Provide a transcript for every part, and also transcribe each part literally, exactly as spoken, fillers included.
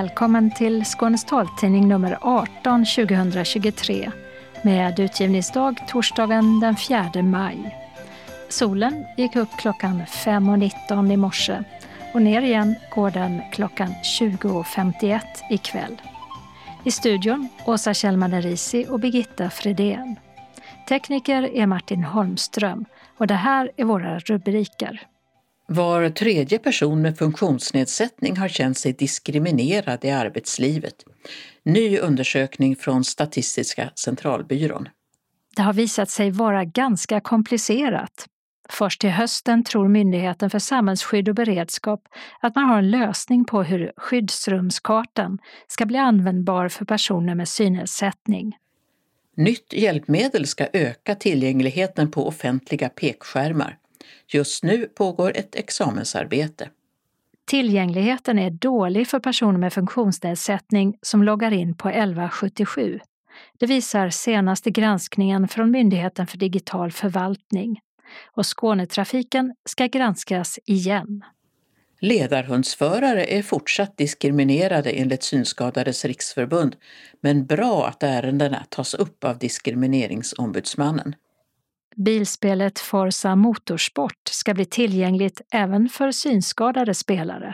välkommen till Skånes taltidning nummer arton tjugohundratjugotre med utgivningsdag torsdagen den fjärde maj. Solen gick upp klockan fem och nitton i morse och ner igen går den klockan tjugo och femtioett ikväll. I studion Åsa Kjellman-Risi och Birgitta Fredén. Tekniker är Martin Holmström och det här är våra rubriker. Var tredje person med funktionsnedsättning har känt sig diskriminerad i arbetslivet. Ny undersökning från Statistiska centralbyrån. Det har visat sig vara ganska komplicerat. Först till hösten tror Myndigheten för samhällsskydd och beredskap att man har en lösning på hur skyddsrumskartan ska bli användbar för personer med synnedsättning. Nytt hjälpmedel ska öka tillgängligheten på offentliga pekskärmar. Just nu pågår ett examensarbete. Tillgängligheten är dålig för personer med funktionsnedsättning som loggar in på elva sjuttiosju. Det visar senaste granskningen från Myndigheten för digital förvaltning. Och Skånetrafiken ska granskas igen. Ledarhundsförare är fortsatt diskriminerade enligt Synskadades riksförbund, men bra att ärendena tas upp av diskrimineringsombudsmannen. Bilspelet Forza Motorsport ska bli tillgängligt även för synskadade spelare.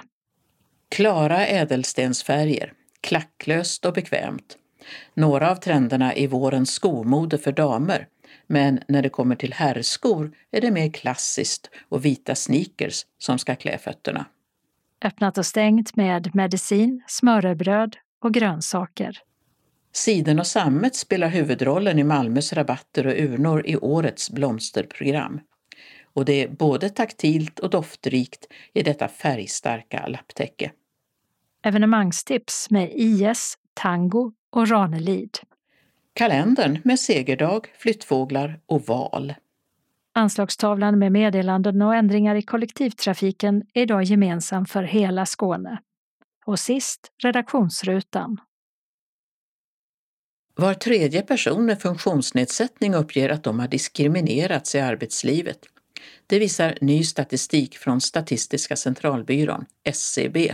Klara ädelstensfärger, klacklöst och bekvämt. Några av trenderna i vårens skomode för damer, men när det kommer till herrskor är det mer klassiskt och vita sneakers som ska klä fötterna. Öppnat och stängt med medicin, smörrebröd och grönsaker. Siden och sammet spelar huvudrollen i Malmös rabatter och urnor i årets blomsterprogram. Och det är både taktilt och doftrikt i detta färgstarka lapptäcke. Evenemangstips med I S, tango och Ranelid. Kalendern med segerdag, flyttfåglar och val. Anslagstavlan med meddelanden och ändringar i kollektivtrafiken är idag gemensam för hela Skåne. Och sist redaktionsrutan. Var tredje person med funktionsnedsättning uppger att de har diskriminerats i arbetslivet. Det visar ny statistik från Statistiska centralbyrån, S C B.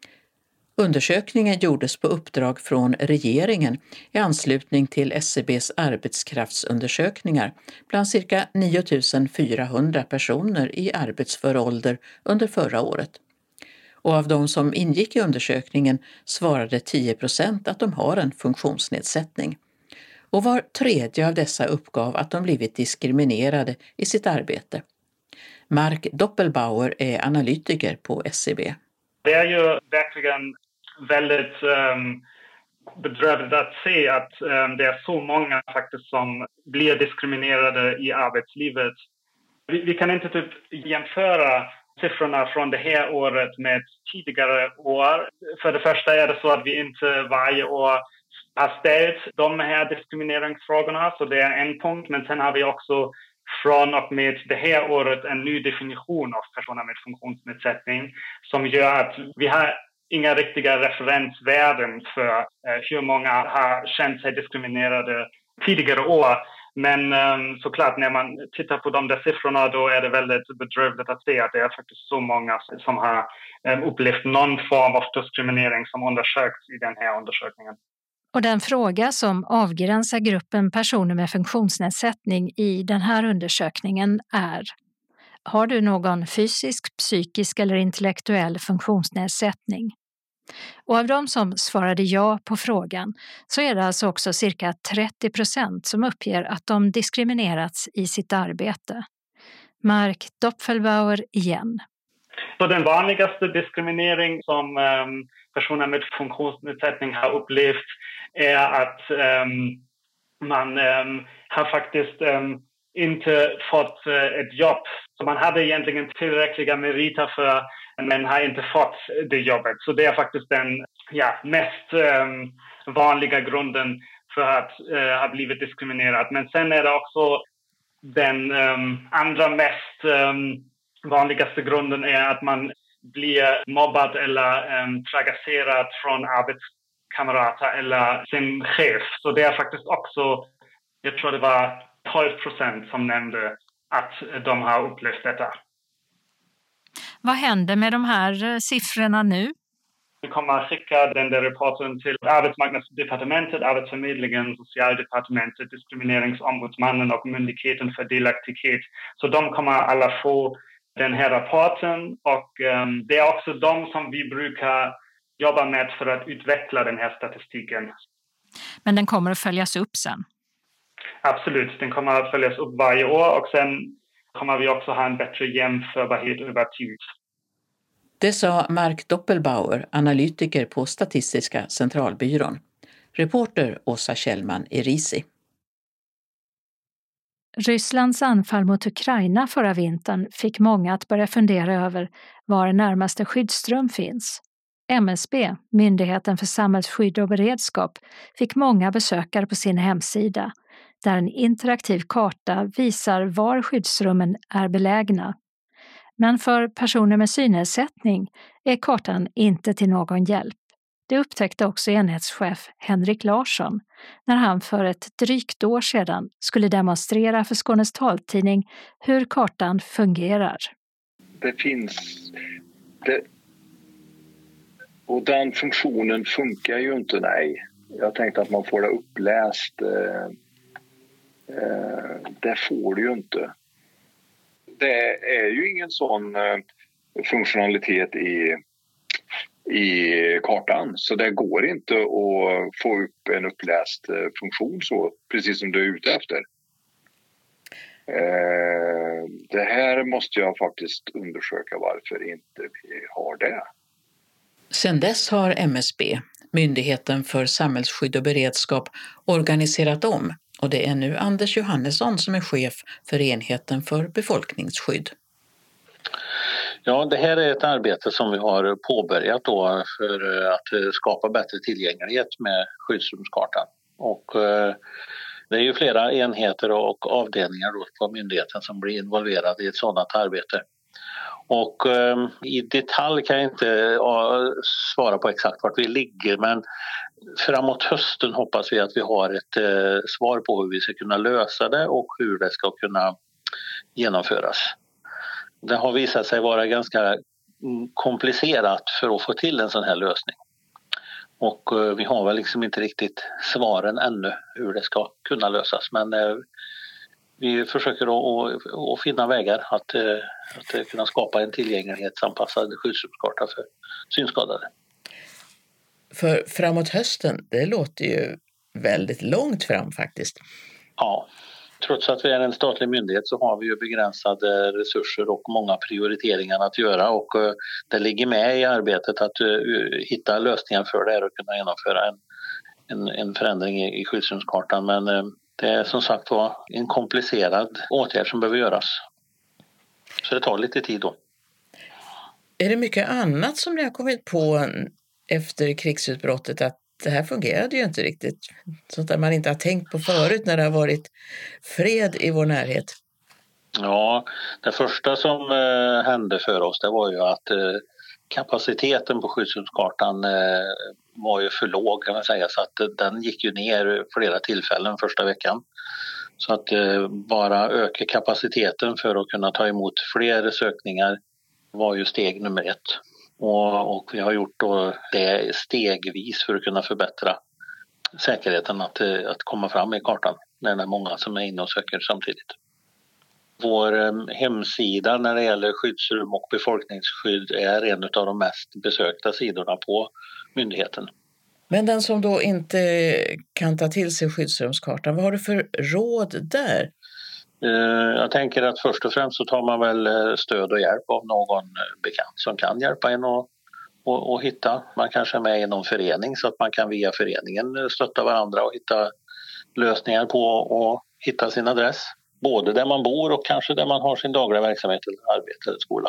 Undersökningen gjordes på uppdrag från regeringen i anslutning till S C B:s arbetskraftsundersökningar bland cirka nio tusen fyrahundra personer i arbetsför ålder under förra året. Och av de som ingick i undersökningen svarade tio procent att de har en funktionsnedsättning. Och var tredje av dessa uppgav att de blivit diskriminerade i sitt arbete. Mark Doppelbauer är analytiker på S C B. Det är ju verkligen väldigt um, bedrövligt att se att um, det är så många faktiskt som blir diskriminerade i arbetslivet. Vi, vi kan inte typ jämföra siffrorna från det här året med tidigare år. För det första är det så att vi inte varje år har ställt de här diskrimineringsfrågorna, så det är en punkt. Men sen har vi också från och med det här året en ny definition av personer med funktionsnedsättning som gör att vi har inga riktiga referensvärden för eh, hur många har känt sig diskriminerade tidigare år. Men um, såklart när man tittar på de där siffrorna då är det väldigt bedrövligt att se att det är faktiskt så många som har um, upplevt någon form av diskriminering som undersökts i den här undersökningen. Och den fråga som avgränsar gruppen personer med funktionsnedsättning i den här undersökningen är: har du någon fysisk, psykisk eller intellektuell funktionsnedsättning? Och av de som svarade ja på frågan så är det alltså också cirka trettio procent som uppger att de diskriminerats i sitt arbete. Mark Doppelbauer igen. Så den vanligaste diskriminering som um, personer med funktionsnedsättning har upplevt är att um, man um, har faktiskt um, inte fått uh, ett jobb. Så man hade egentligen tillräckliga meriter för, men har inte fått det jobbet. Så det är faktiskt den ja, mest um, vanliga grunden för att uh, ha blivit diskriminerad. Men sen är det också den um, andra mest um, vanligaste grunden är att man blir mobbad eller um, trakasserad från arbetskamrater eller sin chef. Så det är faktiskt också, jag tror det var tolv procent som nämnde att de har upplevt detta. Vad händer med de här siffrorna nu? Vi kommer att skicka den där rapporten till Arbetsmarknadsdepartementet, Arbetsförmedlingen, Socialdepartementet, Diskrimineringsombudsmannen och Myndigheten för delaktighet. Så de kommer alla få den här rapporten och um, det är också de som vi brukar jobba med för att utveckla den här statistiken. Men den kommer att följas upp sen? Absolut, den kommer att följas upp varje år och sen kommer vi också ha en bättre jämförbarhet över tid. Det sa Mark Doppelbauer, analytiker på Statistiska centralbyrån. Reporter Åsa Kjellman i Risi. Rysslands anfall mot Ukraina förra vintern fick många att börja fundera över var närmaste skyddsrum finns. M S B, Myndigheten för samhällsskydd och beredskap, fick många besökare på sin hemsida, där en interaktiv karta visar var skyddsrummen är belägna. Men för personer med synnedsättning är kartan inte till någon hjälp. Det upptäckte också enhetschef Henrik Larsson när han för ett drygt år sedan skulle demonstrera för Skånes taltidning hur kartan fungerar. Det finns... Det, och den funktionen funkar ju inte, nej. Jag tänkte att man får det uppläst. Eh, eh, det får du ju inte. Det är ju ingen sån eh, funktionalitet i... i kartan. Så det går inte att få upp en uppläst funktion så, precis som du är ute efter. Det här måste jag faktiskt undersöka varför inte vi har det. Sedan dess har M S B, Myndigheten för samhällsskydd och beredskap, organiserat om och det är nu Anders Johannesson som är chef för enheten för befolkningsskydd. Ja, det här är ett arbete som vi har påbörjat då för att skapa bättre tillgänglighet med skyddsrumskartan. Och eh, det är ju flera enheter och avdelningar då på myndigheten som blir involverade i ett sådant arbete. Och eh, i detalj kan jag inte ja, svara på exakt vart vi ligger, men framåt hösten hoppas vi att vi har ett eh, svar på hur vi ska kunna lösa det och hur det ska kunna genomföras. Det har visat sig vara ganska komplicerat för att få till en sån här lösning. Och vi har väl liksom inte riktigt svaren ännu hur det ska kunna lösas. Men vi försöker att, att finna vägar att, att kunna skapa en tillgänglighetsanpassad skyddsrumskarta för synskadade. För framåt hösten, det låter ju väldigt långt fram faktiskt. Ja. Trots att vi är en statlig myndighet så har vi ju begränsade resurser och många prioriteringar att göra och det ligger med i arbetet att hitta lösningar för det här och kunna genomföra en, en, en förändring i, i skyddsrumskartan. Men det är som sagt var en komplicerad åtgärd som behöver göras. Så det tar lite tid då. Är det mycket annat som ni har kommit på efter krigsutbrottet att det här fungerade ju inte riktigt, sånt där man inte har tänkt på förut när det har varit fred i vår närhet? Ja, det första som eh, hände för oss det var ju att eh, kapaciteten på skyddsrumskartan eh, var ju för låg kan man säga, så att eh, den gick ju ner flera tillfällen första veckan. Så att eh, bara öka kapaciteten för att kunna ta emot fler sökningar var ju steg nummer ett. Och, och vi har gjort då det stegvis för att kunna förbättra säkerheten att, att komma fram i kartan när det är många som är inne och söker samtidigt. Vår hemsida när det gäller skyddsrum och befolkningsskydd är en av de mest besökta sidorna på myndigheten. Men den som då inte kan ta till sig skyddsrumskartan, vad har du för råd där? Jag tänker att först och främst så tar man väl stöd och hjälp av någon bekant som kan hjälpa en och, och, och hitta. Man kanske är med i någon förening så att man kan via föreningen stötta varandra och hitta lösningar på och hitta sin adress. Både där man bor och kanske där man har sin dagliga verksamhet eller arbete eller skola.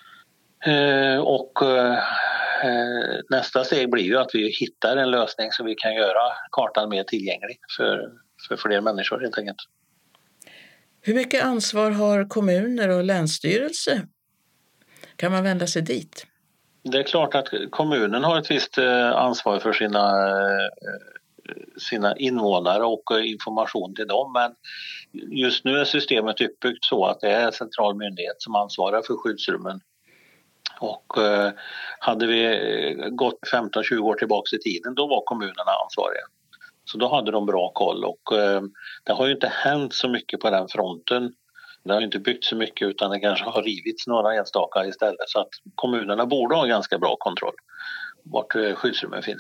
Och nästa steg blir ju att vi hittar en lösning så vi kan göra kartan mer tillgänglig för, för fler människor helt enkelt. Hur mycket ansvar har kommuner och länsstyrelse? Kan man vända sig dit? Det är klart att kommunen har ett visst ansvar för sina, sina invånare och information till dem. Men just nu är systemet uppbyggt så att det är en central myndighet som ansvarar för skyddsrummen. Och Hade vi gått femton tjugo år tillbaka i tiden, då var kommunerna ansvariga. Så då hade de bra koll och eh, det har ju inte hänt så mycket på den fronten. Det har ju inte byggt så mycket utan det kanske har rivits några enstaka istället. Så att kommunerna borde ha ganska bra kontroll vart eh, skyddsrummen finns.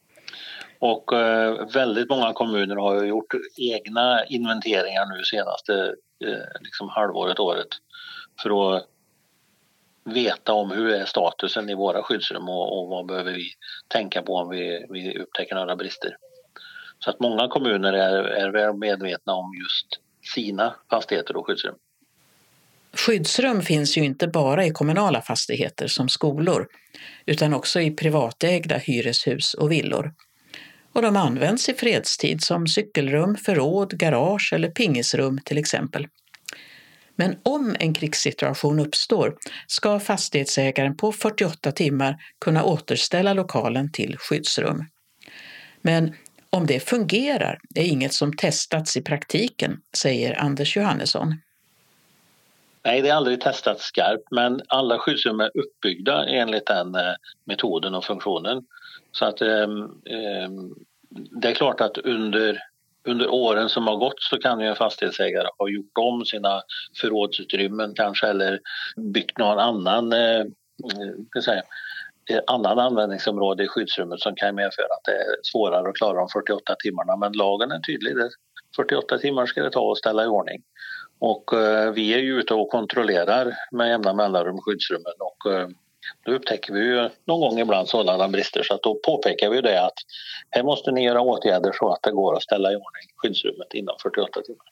Och eh, väldigt många kommuner har ju gjort egna inventeringar nu senaste eh, liksom halvåret, året. För att veta om hur är statusen i våra skyddsrum och, och vad behöver vi tänka på om vi, vi upptäcker några brister. Så att många kommuner är, är väl medvetna om just sina fastigheter och skyddsrum. Skyddsrum finns ju inte bara i kommunala fastigheter som skolor, utan också i privatägda hyreshus och villor. Och de används i fredstid som cykelrum, förråd, garage eller pingisrum till exempel. Men om en krigssituation uppstår ska fastighetsägaren på fyrtioåtta timmar kunna återställa lokalen till skyddsrum. Men om det fungerar är inget som testats i praktiken, säger Anders Johannesson. Nej, det är aldrig testat skarpt, men alla skyddsrum är uppbyggda enligt den eh, metoden och funktionen. Så att eh, eh, det är klart att under, under åren som har gått så kan ju en fastighetsägare ha gjort om sina förrådsutrymmen kanske eller byggt någon annan, eh, ska säga, annan användningsområde i skyddsrummet som kan medföra att det är svårare att klara de fyrtioåtta timmarna. Men lagen är tydlig, det fyrtioåtta timmar ska det ta att ställa i ordning. Och eh, vi är ju ute och kontrollerar med jämna mellanrum skyddsrummen och eh, då upptäcker vi ju någon gång ibland sådana brister så att då påpekar vi det att här måste ni göra åtgärder så att det går att ställa i ordning skyddsrummet inom fyrtioåtta timmar.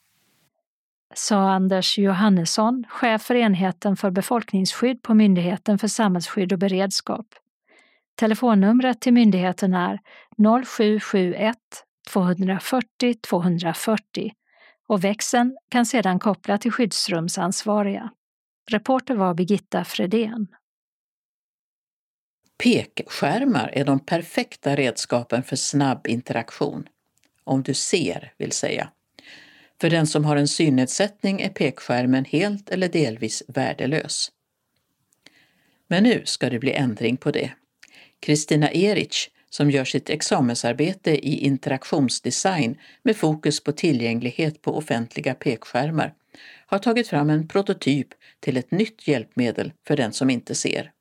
Sa Anders Johannesson, chef för enheten för befolkningsskydd på Myndigheten för samhällsskydd och beredskap. Telefonnumret till myndigheten är noll sju sju ett två fyra noll två fyra noll och växeln kan sedan koppla till skyddsrumsansvariga. Reporter var Birgitta Fredén. Pekskärmar är de perfekta redskapen för snabb interaktion. Om du ser, vill säga. För den som har en synnedsättning är pekskärmen helt eller delvis värdelös. Men nu ska det bli ändring på det. Kristina Erich, som gör sitt examensarbete i interaktionsdesign med fokus på tillgänglighet på offentliga pekskärmar, har tagit fram en prototyp till ett nytt hjälpmedel för den som inte ser.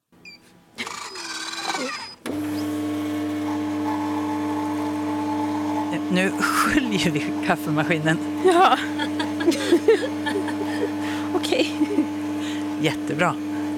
Nu sköljer vi kaffemaskinen. Ja. Okej. Jättebra.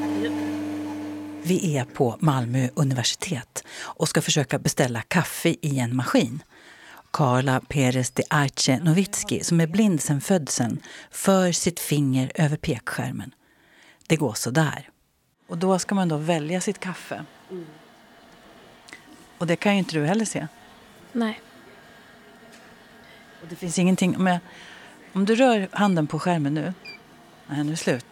Vi är på Malmö universitet och ska försöka beställa kaffe i en maskin. Karla Perez de Arce Novitski, som är blind sedan födseln, för sitt finger över pekskärmen. Det går så där. Och då ska man då välja sitt kaffe. Mm. Och det kan ju inte du heller se. Nej. Och det finns ingenting, om, jag, om du rör handen på skärmen nu. Nej, nu är slut.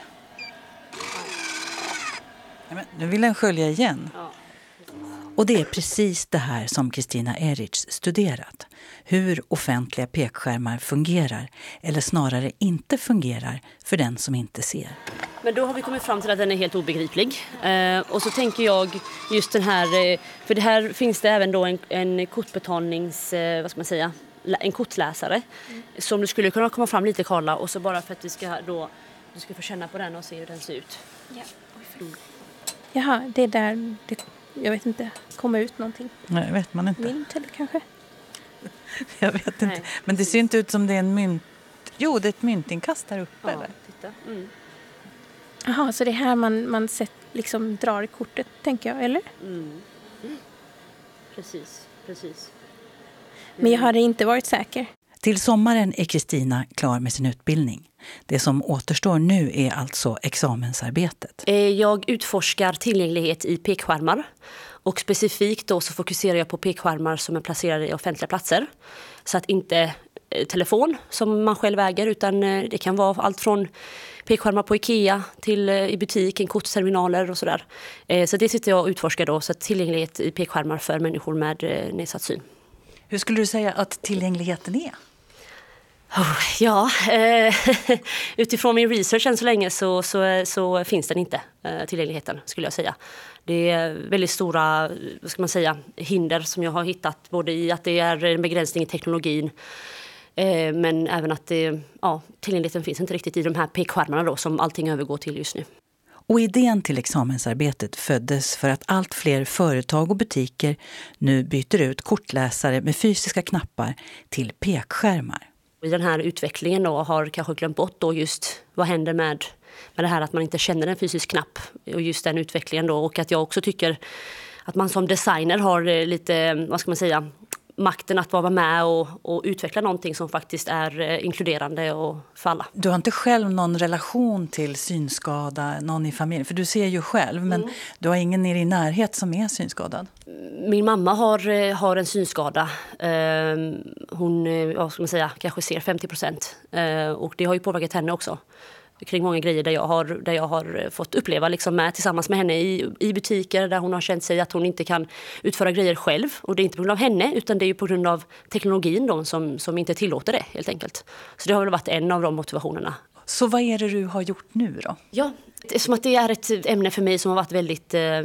Ja, men nu vill den skölja igen. Ja. Och det är precis det här som Kristina Erich studerat. Hur offentliga pekskärmar fungerar, eller snarare inte fungerar för den som inte ser. Men då har vi kommit fram till att den är helt obegriplig. Eh, och så tänker jag just den här, eh, för det här finns det även då en, en kortbetalnings, eh, vad ska man säga, en kortläsare. Mm. Som du skulle kunna komma fram lite, Karla, och så bara för att vi ska då, du ska få känna på den och se hur den ser ut. Ja. Mm. Jaha, det är där, det, jag vet inte, kommer ut någonting. Nej, vet man inte. Mynt eller kanske? Jag vet inte. Nej. Men det ser inte ut som det är en mynt. Jo, det är ett myntinkast där uppe. Ja, eller? Titta. Mm. Jaha, så det är här man, man sett, liksom drar i kortet, tänker jag, eller? Mm. Mm. Precis, precis. Mm. Men jag hade inte varit säker. Till sommaren är Kristina klar med sin utbildning. Det som återstår nu är alltså examensarbetet. Jag utforskar tillgänglighet i pekskärmar. Och specifikt då så fokuserar jag på pekskärmar som är placerade i offentliga platser. Så att inte telefon som man själv äger, utan det kan vara allt från pekskärmar på Ikea till i butiken, kortterminaler och sådär. Så det sitter jag och utforskar då, så att tillgänglighet i pekskärmar för människor med nedsatt syn. Hur skulle du säga att tillgängligheten är? Oh, ja, eh, utifrån min research än så länge så, så, så finns den inte, eh, tillgängligheten skulle jag säga. Det är väldigt stora, vad ska man säga, hinder som jag har hittat, både i att det är en begränsning i teknologin, eh, men även att det, ja, tillgängligheten finns inte riktigt i de här pekskärmarna då, som allting övergår till just nu. Och idén till examensarbetet föddes för att allt fler företag och butiker nu byter ut kortläsare med fysiska knappar till pekskärmar. I den här utvecklingen då har kanske glömt bort då just vad händer med, med det här att man inte känner en fysisk knapp och just den utvecklingen då, och att jag också tycker att man som designer har lite, vad ska man säga, makten att vara med och, och utveckla någonting som faktiskt är inkluderande och för alla. Du har inte själv någon relation till synskada, någon i familjen, för du ser ju själv, men mm. du har ingen i din närhet som är synskadad. Min mamma har, har en synskada. Hon, vad ska man säga, kanske ser femtio procent, och det har ju påverkat henne också. Kring många grejer där jag har, där jag har fått uppleva liksom med, tillsammans med henne i, i butiker där hon har känt sig att hon inte kan utföra grejer själv. Och det är inte på grund av henne, utan det är ju på grund av teknologin då, som, som inte tillåter det helt enkelt. Så det har väl varit en av de motivationerna. Så vad är det du har gjort nu då? Ja, som att det är ett ämne för mig som har varit väldigt eh,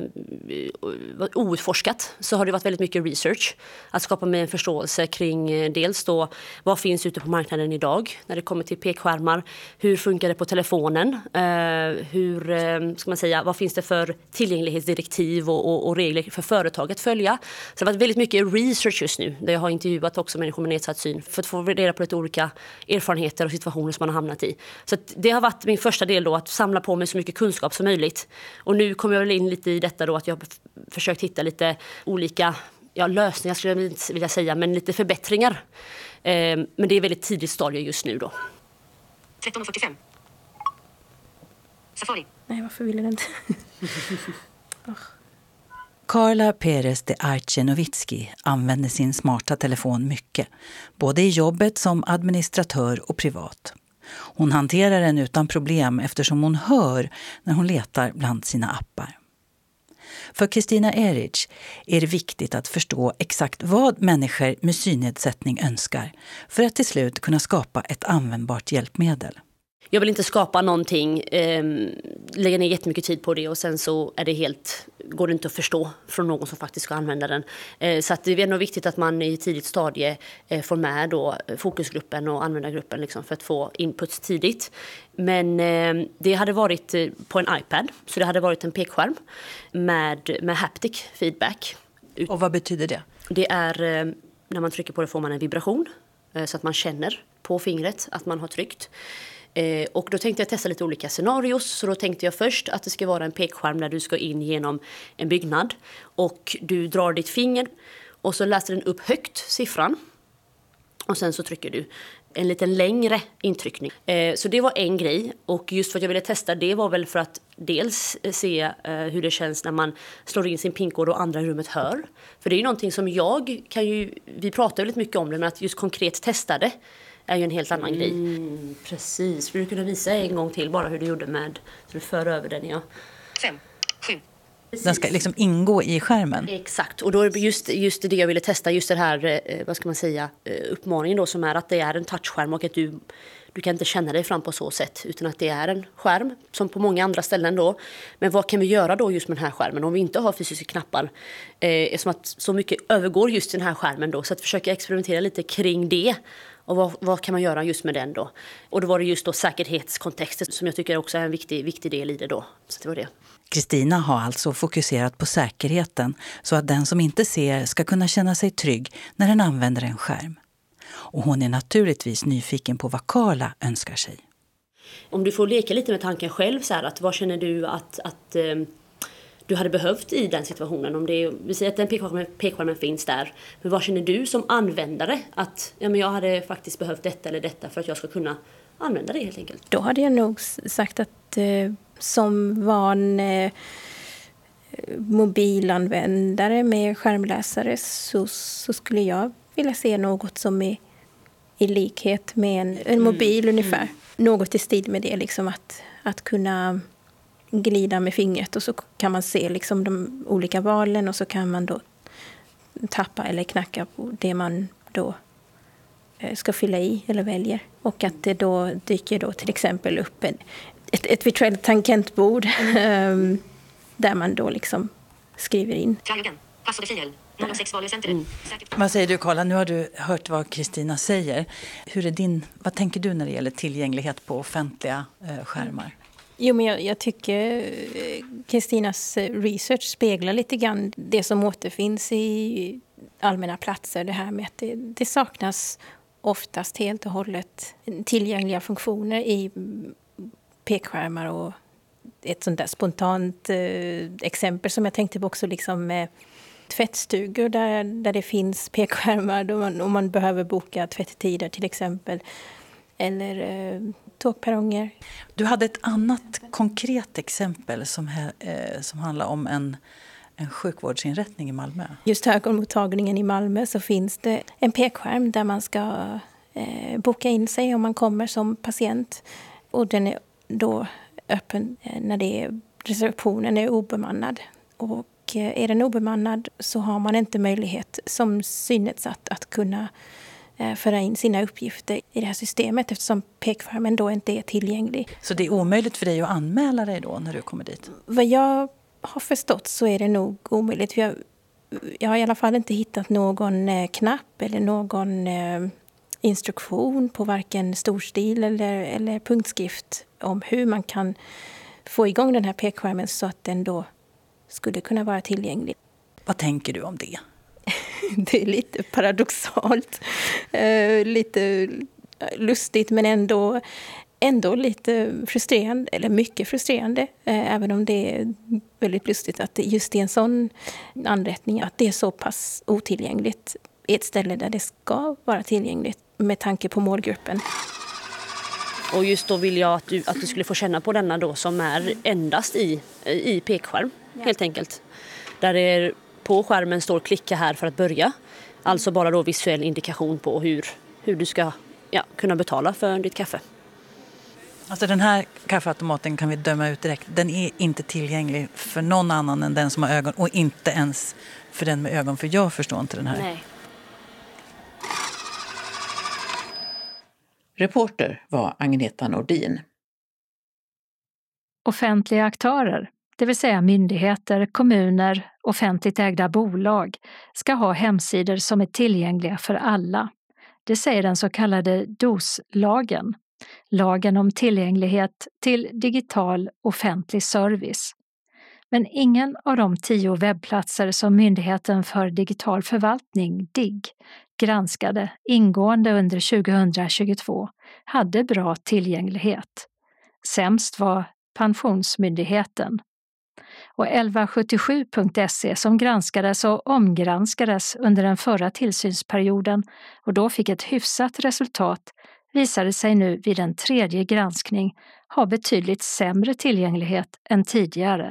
outforskat, så har det varit väldigt mycket research. Att skapa mig en förståelse kring eh, dels då vad finns ute på marknaden idag när det kommer till pekskärmar. Hur funkar det på telefonen? Eh, hur, eh, ska man säga, vad finns det för tillgänglighetsdirektiv och, och, och regler för företag att följa? Så det har varit väldigt mycket research just nu, där jag har intervjuat också människor med nedsatt syn för att få reda på lite olika erfarenheter och situationer som man har hamnat i. Så att det har varit min första del då, att samla på mig så mycket kunskap som möjligt. Och nu kommer jag väl in lite i detta då, att jag har försökt hitta lite olika ja, lösningar skulle jag vilja säga, men lite förbättringar. Eh, men det är väldigt tidigt stadie just nu då. tretton fyrtiofem. Safari. Nej, varför vill den inte? oh. Carla Perez de Arce Novitski använder sin smarta telefon mycket, både i jobbet som administratör och privat. Hon hanterar den utan problem eftersom hon hör när hon letar bland sina appar. För Kristina Eric är det viktigt att förstå exakt vad människor med synnedsättning önskar för att till slut kunna skapa ett användbart hjälpmedel. Jag vill inte skapa någonting, eh, lägga ner jättemycket tid på det och sen så är det helt, går det inte att förstå från någon som faktiskt ska använda den. Eh, så att det är nog viktigt att man i tidigt stadie eh, får med då fokusgruppen och användargruppen liksom, för att få input tidigt. Men eh, det hade varit på en iPad, så det hade varit en pekskärm med, med haptic feedback. Och vad betyder det? Det är, eh, när man trycker på det får man en vibration eh, så att man känner på fingret att man har tryckt. Eh, och då tänkte jag testa lite olika scenarios. Så då tänkte jag först att det ska vara en pekskärm där du ska in genom en byggnad. Och du drar ditt finger och så läser den upp högt siffran. Och sen så trycker du en liten längre intryckning. Eh, så det var en grej. Och just för att jag ville testa det var väl för att dels se eh, hur det känns när man slår in sin pinkod och andra i rummet hör. För det är ju någonting som jag kan ju, vi pratar väldigt mycket om det, men att just konkret testa det är ju en helt annan mm, grej. Precis. Skulle du kunna visa en gång till bara hur du gjorde med, så du för över den, ja. Fem, sju. Den ska liksom ingå i skärmen. Exakt. Och då är det just, just det jag ville testa, just det här, eh, vad ska man säga, eh, uppmaningen då, som är att det är en touchskärm och att du, du kan inte känna dig fram på så sätt, utan att det är en skärm som på många andra ställen då. Men vad kan vi göra då just med den här skärmen om vi inte har fysiska knappar? Eh, som att så mycket övergår just den här skärmen då, så att försöka experimentera lite kring det. Och vad, vad kan man göra just med den då? Och då var det just då säkerhetskontexten som jag tycker också är en viktig, viktig del i det då. Så det var det. Kristina har alltså fokuserat på säkerheten så att den som inte ser ska kunna känna sig trygg när den använder en skärm. Och hon är naturligtvis nyfiken på vad Carla önskar sig. Om du får leka lite med tanken själv, så här, att vad känner du att... att eh, du hade behövt i den situationen? Om det är, vi säger att den pekskärmen, pekskärmen finns där. Men vad känner du som användare? Att ja, men jag hade faktiskt behövt detta eller detta för att jag ska kunna använda det helt enkelt. Då hade jag nog sagt att eh, som van eh, mobilanvändare med skärmläsare så, så skulle jag vilja se något som är i likhet med en, en mobil mm. ungefär. Mm. Något i stil med det, liksom att, att kunna glida med fingret och så kan man se liksom de olika valen och så kan man då tappa eller knacka på det man då ska fylla i eller väljer. Och att det då dyker då till exempel upp en, ett, ett virtuellt tangentbord mm. där man då liksom skriver in. Mm. Vad säger du, Carla? Nu har du hört vad Kristina säger. Hur är din, vad tänker du när det gäller tillgänglighet på offentliga eh, skärmar? Jo, men jag, jag tycker Kristinas research speglar lite grann det som återfinns i allmänna platser. Det här med att det, det saknas oftast helt och hållet tillgängliga funktioner i pekskärmar. Och ett sånt där spontant eh, exempel som jag tänkte på också liksom med tvättstugor där, där det finns pekskärmar då man, om man behöver boka tvätttider till exempel. Eller eh, tågperronger. Du hade ett annat konkret exempel som, eh, som handlar om en, en sjukvårdsinrättning i Malmö. Just ögonmottagningen i Malmö så finns det en pekskärm där man ska eh, boka in sig om man kommer som patient. Och den är då öppen eh, när det är, receptionen är obemannad. Och eh, är den obemannad så har man inte möjlighet som synnedsatt att kunna föra in sina uppgifter i det här systemet eftersom pekskärmen då inte är tillgänglig. Så det är omöjligt för dig att anmäla dig då när du kommer dit? Vad jag har förstått så är det nog omöjligt. Jag, jag har i alla fall inte hittat någon eh, knapp eller någon eh, instruktion på varken storstil eller, eller punktskrift om hur man kan få igång den här pekskärmen så att den då skulle kunna vara tillgänglig. Vad tänker du om det? Det är lite paradoxalt, eh, lite lustigt men ändå, ändå lite frustrerande, eller mycket frustrerande. Eh, även om det är väldigt lustigt att det just i en sån anrättning att det är så pass otillgängligt i ett ställe där det ska vara tillgängligt med tanke på målgruppen. Och just då vill jag att du, att du skulle få känna på denna då som är endast i, i pekskärm, ja. Helt enkelt. Där det är på skärmen står klicka här för att börja. Alltså bara då visuell indikation på hur, hur du ska ja, kunna betala för ditt kaffe. Alltså den här kaffeautomaten kan vi döma ut direkt. Den är inte tillgänglig för någon annan än den som har ögon. Och inte ens för den med ögon. För jag förstår inte den här. Nej. Reporter var Agneta Nordin. Offentliga aktörer, det vill säga myndigheter, kommuner, offentligt ägda bolag, ska ha hemsidor som är tillgängliga för alla. Det säger den så kallade D O S-lagen, lagen om tillgänglighet till digital offentlig service. Men ingen av de tio webbplatser som Myndigheten för digital förvaltning, D I G, granskade ingående under tjugohundratjugotvå hade bra tillgänglighet. Sämst var Pensionsmyndigheten. Och elva sjuttiosju punkt se som granskades och omgranskades under den förra tillsynsperioden och då fick ett hyfsat resultat visade sig nu vid en tredje granskning ha betydligt sämre tillgänglighet än tidigare.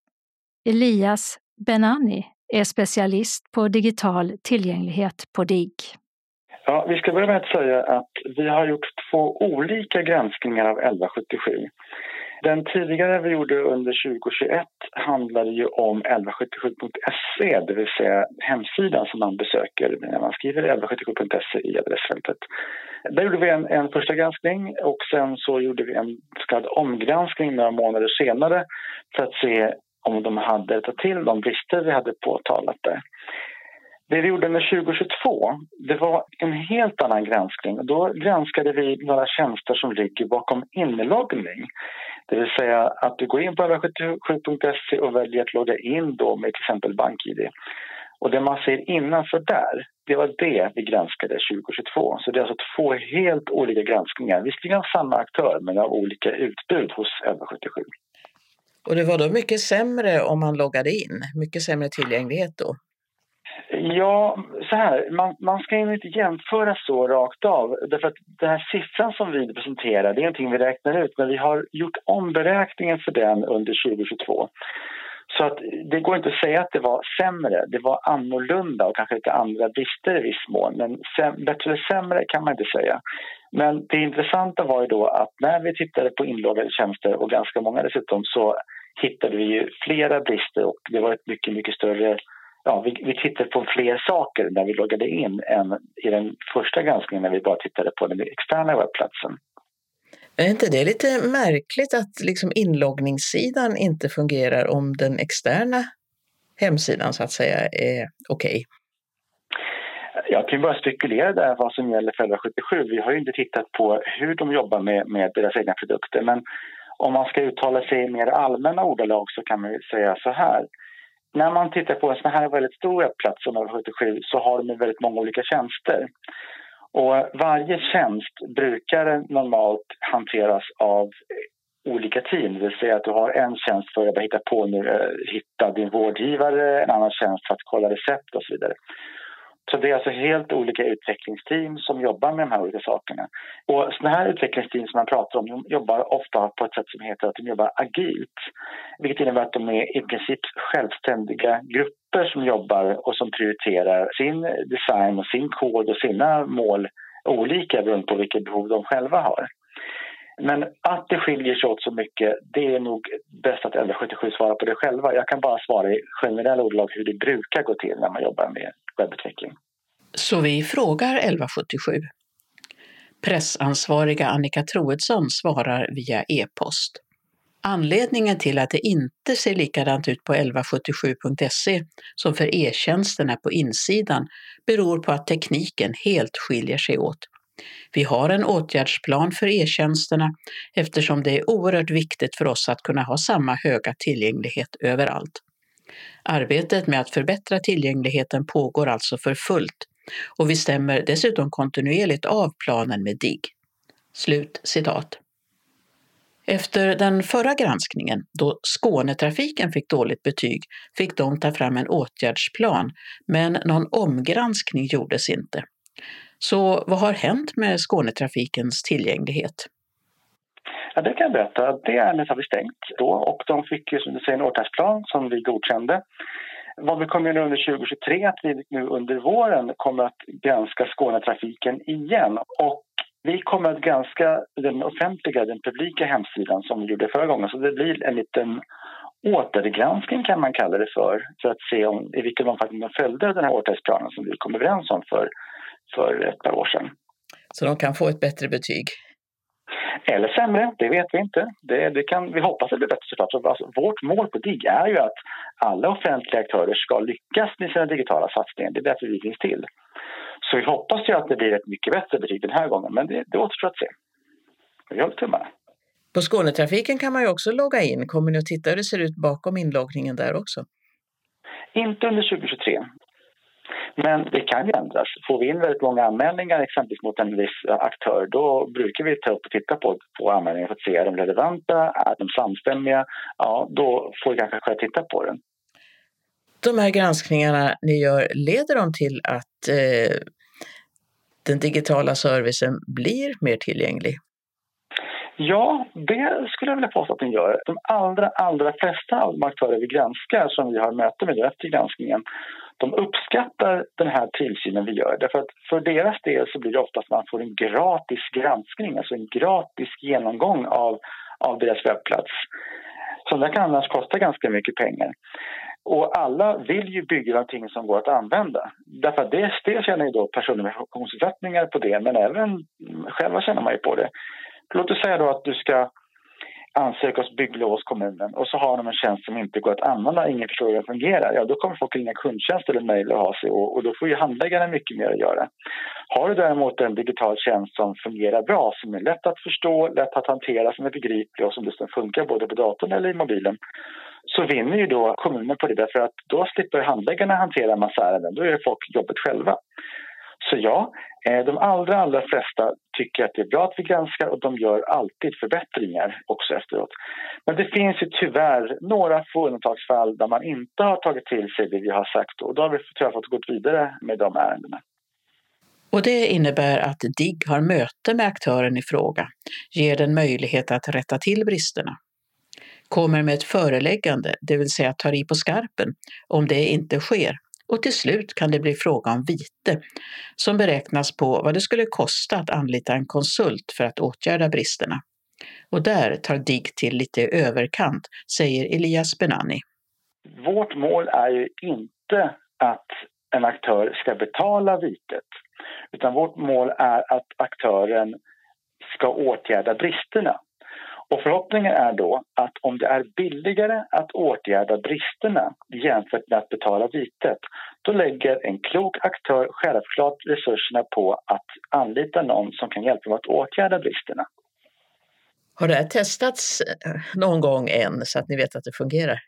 Elias Benani är specialist på digital tillgänglighet på D I G. Ja, vi ska börja med att säga att vi har gjort två olika granskningar av elva sjuttiosju. Den tidigare vi gjorde under tjugohundratjugoett handlade ju om elva sjuttiosju punkt se, det vill säga hemsidan som man besöker när man skriver elva sjuttiosju punkt se i adressfältet. Där gjorde vi en, en första granskning och sen så gjorde vi en så kallad omgranskning några månader senare för att se om de hade tagit till de brister vi hade påtalat där. Det vi gjorde under tjugohundratjugotvå, det var en helt annan granskning. Då granskade vi några tjänster som ligger bakom inloggning. Det vill säga att du går in på elva sjuttiosju punkt se och väljer att logga in då med till exempel BankID. Och det man ser innanför där, det var det vi granskade tjugohundratjugotvå. Så det är alltså två helt olika granskningar. Visserligen samma aktör men av olika utbud hos elva sjuttiosju. Och det var då mycket sämre om man loggade in? Mycket sämre tillgänglighet då? Ja, så här, man, man ska ju inte jämföra så rakt av. Därför att den här siffran som vi presenterar, det är någonting vi räknar ut. Men vi har gjort omberäkningen för den under tjugohundratjugotvå. Så att det går inte att säga att det var sämre. Det var annorlunda och kanske lite andra brister i viss mån. Men säm, bättre eller sämre kan man inte säga. Men det intressanta var ju då att när vi tittade på inloggade tjänster och ganska många dessutom så hittade vi ju flera brister och det var ett mycket, mycket större ja, vi, vi tittade på fler saker när vi loggade in än i den första granskningen när vi bara tittade på den externa webbplatsen. Är inte det lite märkligt att liksom inloggningssidan inte fungerar om den externa hemsidan så att säga är okej? Okay? Jag kan bara spekulera där vad som gäller för elva sjuttiosju. Vi har ju inte tittat på hur de jobbar med, med deras egna produkter. Men om man ska uttala sig i mer allmänna ordalag så kan man ju säga så här. När man tittar på en sån här väldigt stor webbplats som elva sjuttiosju så har de väldigt många olika tjänster. Och varje tjänst brukar normalt hanteras av olika team. Det vill säga att du har en tjänst för att hitta på nu, hitta din vårdgivare, en annan tjänst för att kolla recept och så vidare. Så det är alltså helt olika utvecklingsteam som jobbar med de här olika sakerna. Och sådana här utvecklingsteam som man pratar om, de jobbar ofta på ett sätt som heter att de jobbar agilt. Vilket innebär att de är i princip självständiga grupper som jobbar och som prioriterar sin design och sin kod och sina mål olika beroende på vilket behov de själva har. Men att det skiljer sig åt så mycket, det är nog bäst att elva sjuttiosju svarar på det själva. Jag kan bara svara i generella ordlag hur det brukar gå till när man jobbar med webbutveckling. Så vi frågar elva sjuttiosju. Pressansvariga Annika Troedsson svarar via e-post. Anledningen till att det inte ser likadant ut på elva sjuttiosju punkt se som för e-tjänsterna på insidan beror på att tekniken helt skiljer sig åt. Vi har en åtgärdsplan för e-tjänsterna eftersom det är oerhört viktigt för oss att kunna ha samma höga tillgänglighet överallt. Arbetet med att förbättra tillgängligheten pågår alltså för fullt och vi stämmer dessutom kontinuerligt av planen med D I G. Slut citat. Efter den förra granskningen, då Skånetrafiken fick dåligt betyg, fick de ta fram en åtgärdsplan, men någon omgranskning gjordes inte. Så vad har hänt med Skånetrafikens tillgänglighet? Ja, det kan jag berätta. Det ärendet har vi stängt då och de fick ju som du säger en åtgärdsplan som vi godkände. Vad vi kommer nu under tjugo tjugotre att vi nu under våren kommer att granska Skånetrafiken igen och vi kommer att granska den offentliga, den publika hemsidan som vi gjorde förra gången. Så det blir en liten återgranskning kan man kalla det för. För att se om, i vilken omfattning de följde den här åtgärdsplanen som vi kom överens om för, för ett par år sedan. Så de kan få ett bättre betyg? Eller sämre, det vet vi inte. Det, det kan, vi hoppas att det blir bättre såklart. Så, alltså, vårt mål på D I G är ju att alla offentliga aktörer ska lyckas med sina digitala satsningar. Det är därför vi finns till. Så vi hoppas ju att det blir ett mycket bättre betyg den här gången. Men det, det återstår att se. Vi håller tummarna. På Skånetrafiken kan man ju också logga in. Kommer ni att titta hur det ser ut bakom inloggningen där också? Inte under tjugo tjugotre. Men det kan ju ändras. Får vi in väldigt många anmälningar exempelvis mot en viss aktör, då brukar vi ta upp och titta på, på anmälningar för att se är de relevanta, är de samstämmiga? Ja, då får vi kanske själv titta på den. De här granskningarna ni gör, leder de till att eh, den digitala servicen blir mer tillgänglig? Ja, det skulle jag vilja påstå att den gör. De allra, allra flesta av de aktörer vi granskar som vi har möte med efter granskningen, de uppskattar den här tillsynen vi gör. Därför att för deras del så blir det oftast att man får en gratis granskning, alltså en gratis genomgång av, av deras webbplats. Så det kan annars kosta ganska mycket pengar. Och alla vill ju bygga någonting som går att använda. Därför att det, det känner ju då personer med funktionsnedsättningar på det, men även själva känner man ju på det. Låt oss säga då att du ska ansöka hos bygglov hos kommunen och så har de en tjänst som inte går att använda, ingen förstår hur den fungerar. Ja, då kommer folk ringa kundtjänst eller mejl och ha sig och, och då får ju handläggarna mycket mer att göra. Har du däremot en digital tjänst som fungerar bra, som är lätt att förstå, lätt att hantera, som är begriplig och som dessutom funkar både på datorn eller i mobilen, så vinner ju då kommunen på det därför att då slipper handläggarna hantera en massa ärenden. Då är det folk jobbet själva. Så ja, de allra, allra flesta tycker att det är bra att vi granskar och de gör alltid förbättringar också efteråt. Men det finns ju tyvärr några få undantagsfall där man inte har tagit till sig det vi har sagt och då har vi tyvärr fått gå vidare med de ärendena. Och det innebär att D I G har möte med aktören i fråga, ger den möjlighet att rätta till bristerna. Kommer med ett föreläggande, det vill säga tar i på skarpen, om det inte sker. Och till slut kan det bli fråga om vite som beräknas på vad det skulle kosta att anlita en konsult för att åtgärda bristerna. Och där tar D I G till lite överkant, säger Elias Benani. Vårt mål är ju inte att en aktör ska betala vitet. Utan vårt mål är att aktören ska åtgärda bristerna. Och förhoppningen är då att om det är billigare att åtgärda bristerna jämfört med att betala vitet, då lägger en klok aktör självklart resurserna på att anlita någon som kan hjälpa dem att åtgärda bristerna. Har det här testats någon gång än så att ni vet att det fungerar?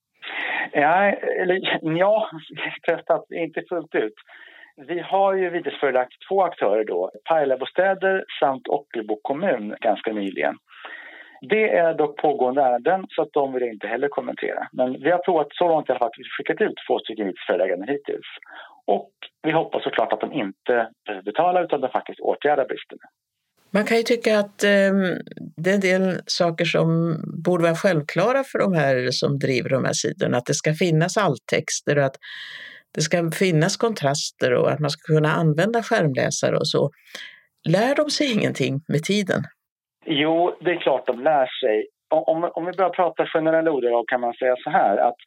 Ja, eller, ja testat inte fullt ut. Vi har ju vitesförelagt två aktörer då, Pajlabostäder samt Ockelbo kommun ganska nyligen. Det är dock pågående ärenden så att de vill jag inte heller kommentera. Men vi har provat så långt i alla fall att vi skickat ut två stycken vitesförelägganden hittills. Och vi hoppas såklart att de inte behöver betala utan de faktiskt åtgärdar bristerna. Man kan ju tycka att eh, det är en del saker som borde vara självklara för de här som driver de här sidorna. Att det ska finnas alltexter och att det ska finnas kontraster och att man ska kunna använda skärmläsare och så. Lär de sig ingenting med tiden? Jo, det är klart de lär sig. Om, om vi börjar prata generella ordalag kan man säga så här att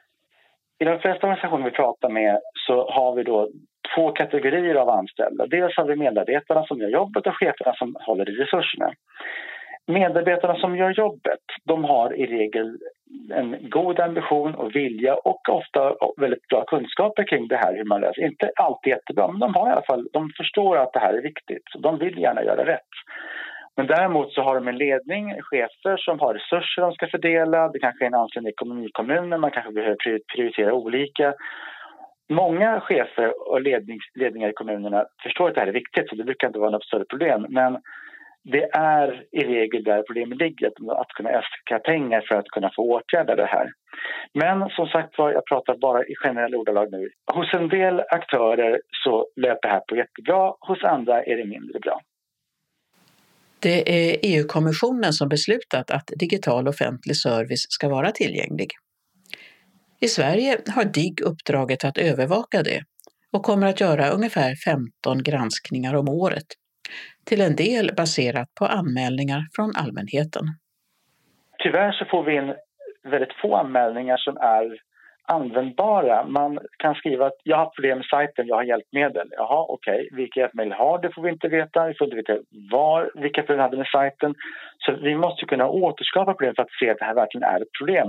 i de flesta organisationer vi pratar med så har vi då två kategorier av anställda. Dels har vi medarbetarna som gör jobbet och cheferna som håller i resurserna. Medarbetarna som gör jobbet, de har i regel en god ambition och vilja och ofta väldigt bra kunskaper kring det här hur man läser. Inte alltid jättebra, men de har i alla fall, de förstår att det här är viktigt. Så de vill gärna göra rätt. Men däremot så har de en ledning, chefer som har resurser de ska fördela. Det kanske är en anställd ekonomi i kommunen, man kanske behöver prioritera olika. Många chefer och lednings, ledningar i kommunerna förstår att det här är viktigt så det brukar inte vara något större problem. Men det är i regel där problemet ligger, att kunna äska pengar för att kunna få åtgärda det här. Men som sagt var, jag pratar bara i generella ordalag nu. Hos en del aktörer så löper det här på jättebra, hos andra är det mindre bra. Det är E U-kommissionen som beslutat att digital offentlig service ska vara tillgänglig. I Sverige har D I G uppdraget att övervaka det och kommer att göra ungefär femton granskningar om året, till en del baserat på anmälningar från allmänheten. Tyvärr så får vi in väldigt få anmälningar som är användbara. Man kan skriva att jag har problem med sajten, jag har hjälpmedel. Jaha, okej. Okay. Vilka hjälpmedel har det får vi inte veta. Vi får inte veta var, vilka problem hade med sajten. Så vi måste kunna återskapa problem för att se att det här verkligen är ett problem.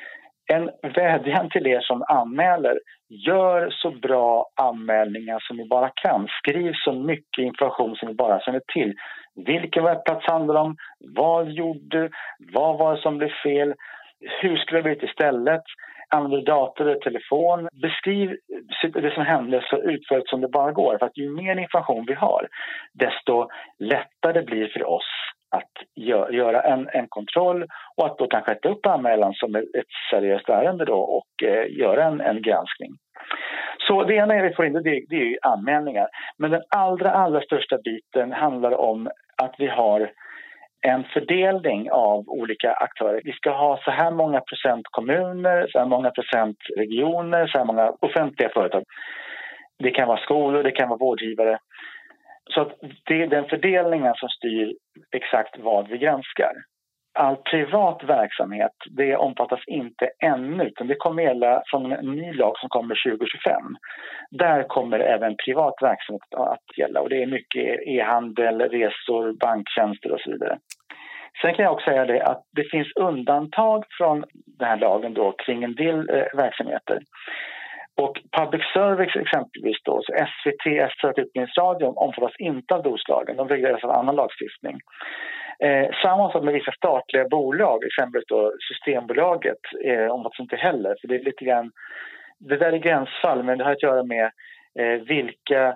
En vädjan till er som anmäler, gör så bra anmälningar som ni bara kan. Skriv så mycket information som ni bara känner till. Vilken webbplats handlar det om? Vad gjorde? Vad var det som blev fel? Hur skulle det bli istället? Använder dator eller telefon. Beskriv det som hände så utförligt som det bara går. För att ju mer information vi har, desto lättare blir det för oss att göra en, en kontroll och att då kanske ta upp anmälan som ett seriöst ärende då och eh, göra en, en granskning. Så det ena vi får in det, det är ju anmälningar. Men den allra, allra största biten handlar om att vi har en fördelning av olika aktörer. Vi ska ha så här många procent kommuner, så här många procent regioner, så här många offentliga företag. Det kan vara skolor, det kan vara vårdgivare. Så att det är den fördelningen som styr exakt vad vi granskar. All privat verksamhet, det omfattas inte ännu, utan det kommer gälla från en ny lag som kommer tjugo tjugofem. Där kommer även privat verksamhet att gälla och det är mycket e-handel, resor, banktjänster och så vidare. Sen kan jag också säga det att det finns undantag från den här lagen då kring en del eh, verksamheter. Och public service exempelvis då, så S V T, S R och Utbildningsradion omfattas inte av D O S-lagen, de regleras av annan lagstiftning. Eh, samma sak med vissa statliga bolag, exempelvis då Systembolaget, eh, omfattas inte heller. För det är lite grann, det där är gränsfall, men det har att göra med eh, vilka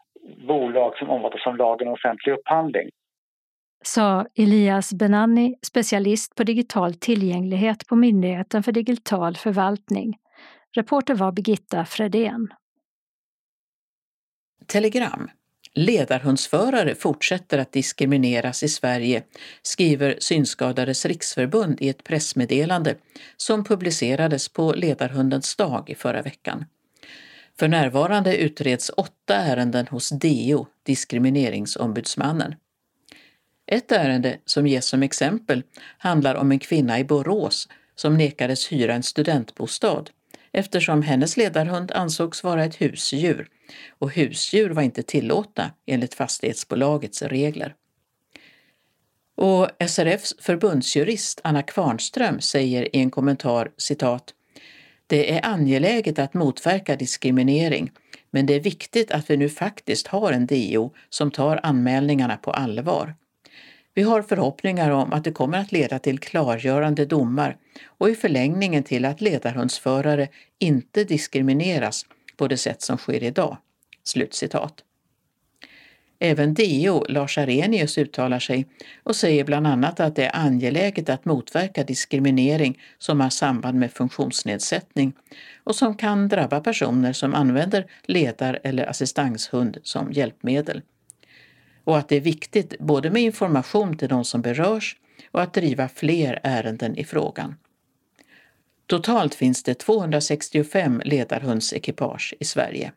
bolag som omfattas av lagen om offentlig upphandling. Sa Elias Benani, specialist på digital tillgänglighet på Myndigheten för digital förvaltning. Reporter var Birgitta Fredén. Telegram. Ledarhundsförare fortsätter att diskrimineras i Sverige, skriver Synskadades riksförbund i ett pressmeddelande som publicerades på Ledarhundens dag i förra veckan. För närvarande utreds åtta ärenden hos D O, diskrimineringsombudsmannen. Ett ärende som ges som exempel handlar om en kvinna i Borås som nekades hyra en studentbostad eftersom hennes ledarhund ansågs vara ett husdjur och husdjur var inte tillåtna enligt fastighetsbolagets regler. Och S R F:s förbundsjurist Anna Kvarnström säger i en kommentar, citat, "Det är angeläget att motverka diskriminering, men det är viktigt att vi nu faktiskt har en D O som tar anmälningarna på allvar. Vi har förhoppningar om att det kommer att leda till klargörande domar och i förlängningen till att ledarhundsförare inte diskrimineras på det sätt som sker idag." Slutcitat. Även D O Lars Arrhenius uttalar sig och säger bland annat att det är angeläget att motverka diskriminering som har samband med funktionsnedsättning och som kan drabba personer som använder ledar- eller assistanshund som hjälpmedel. Och att det är viktigt både med information till de som berörs och att driva fler ärenden i frågan. Totalt finns det tvåhundrasextiofem ledarhundsekipage i Sverige.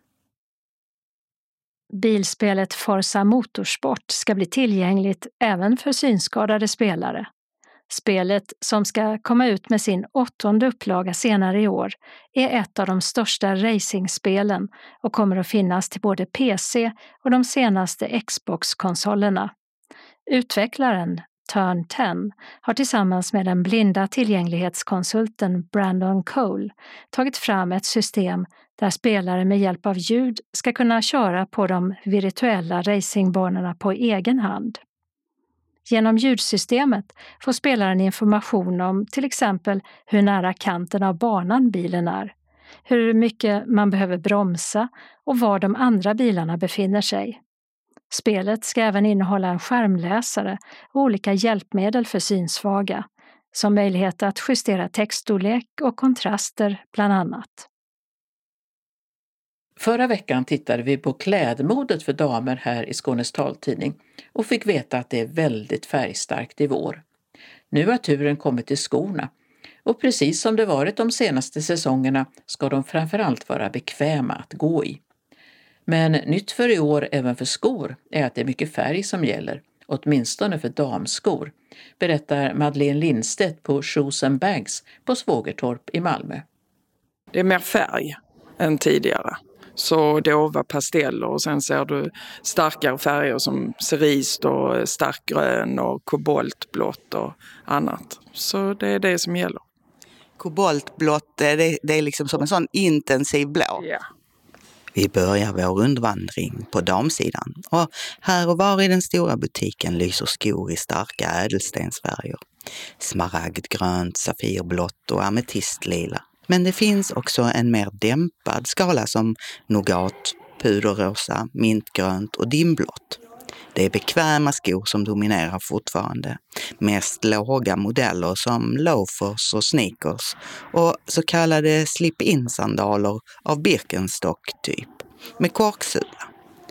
Bilspelet Forza Motorsport ska bli tillgängligt även för synskadade spelare. Spelet, som ska komma ut med sin åttonde upplaga senare i år, är ett av de största racingspelen och kommer att finnas till både P C och de senaste Xbox-konsolerna. Utvecklaren Turn tio har tillsammans med den blinda tillgänglighetskonsulten Brandon Cole tagit fram ett system där spelare med hjälp av ljud ska kunna köra på de virtuella racingbanorna på egen hand. Genom ljudsystemet får spelaren information om till exempel hur nära kanten av banan bilen är, hur mycket man behöver bromsa och var de andra bilarna befinner sig. Spelet ska även innehålla en skärmläsare och olika hjälpmedel för synsvaga, som möjlighet att justera textstorlek och kontraster bland annat. Förra veckan tittade vi på klädmodet för damer här i Skånes taltidning och fick veta att det är väldigt färgstarkt i vår. Nu har turen kommit till skorna och precis som det varit de senaste säsongerna ska de framförallt vara bekväma att gå i. Men nytt för i år även för skor är att det är mycket färg som gäller, åtminstone för damskor, berättar Madeleine Lindstedt på Shoes and Bags på Svågertorp i Malmö. Det är mer färg än tidigare. Så dova pasteller och sen ser du starkare färger som cerise och starkgrön och koboltblått och annat. Så det är det som gäller. Koboltblått, det, det är liksom som en sån intensiv blå. Ja. Vi börjar vår rundvandring på damsidan och här och var i den stora butiken lyser skor i starka ädelstensfärger. Smaragdgrönt, safirblått och ametistlila. Men det finns också en mer dämpad skala som nougat, puderrosa, mintgrönt och dimblått. Det är bekväma skor som dominerar fortfarande. Mest låga modeller som loafers och sneakers och så kallade slip-in-sandaler av Birkenstock-typ med korksula.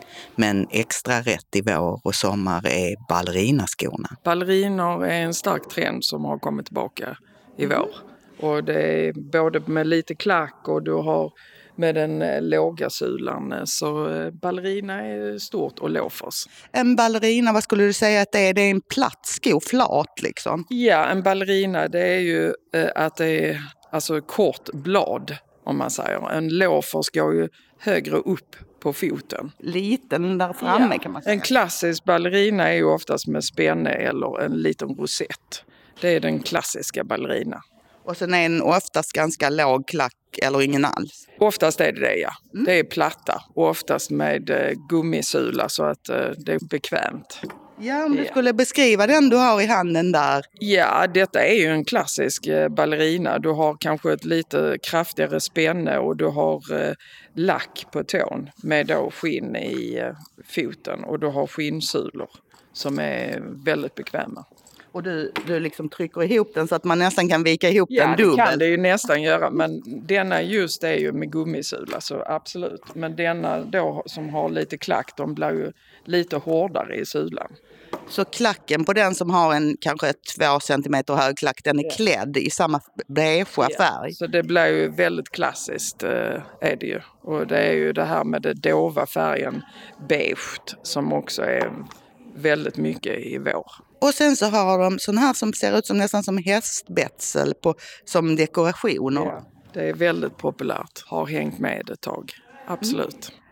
Men extra rätt i vår och sommar är ballerinaskorna. Ballerinor är en stark trend som har kommit tillbaka i vår. Och det är både med lite klack och du har med den låga sulan. Så ballerina är stort och loafers. En ballerina, vad skulle du säga att det är? Det är en platt sko, flat liksom? Ja, en ballerina det är ju att det är alltså kort blad om man säger. En loafers går ju högre upp på foten. Liten där framme ja. Kan man säga. En klassisk ballerina är ju oftast med spänne eller en liten rosett. Det är den klassiska ballerina. Och sen är den oftast ganska låg klack eller ingen alls. Oftast är det det, ja. Mm. Det är platta och oftast med eh, gummisula så att eh, det är bekvämt. Ja, om du ja. skulle beskriva den du har i handen där. Ja, detta är ju en klassisk eh, ballerina. Du har kanske ett lite kraftigare spänne och du har eh, lack på tån med då skinn i eh, foten och du har skinnsulor som är väldigt bekväma. Och du, du liksom trycker ihop den så att man nästan kan vika ihop ja, den dubbelt. Ja, det kan det ju nästan göra. Men denna just är ju med gummisula, så absolut. Men denna då som har lite klack, de blir ju lite hårdare i sulan. Så klacken på den som har en kanske två centimeter hög klack, den är ja. klädd i samma beigea ja. färg? Så det blir ju väldigt klassiskt, är det ju. Och det är ju det här med det dova färgen beige som också är väldigt mycket i vår. Och sen så har de sån här som ser ut som nästan som hästbetsel på, som dekorationer. Ja. Det är väldigt populärt, har hängt med ett tag, absolut. Mm.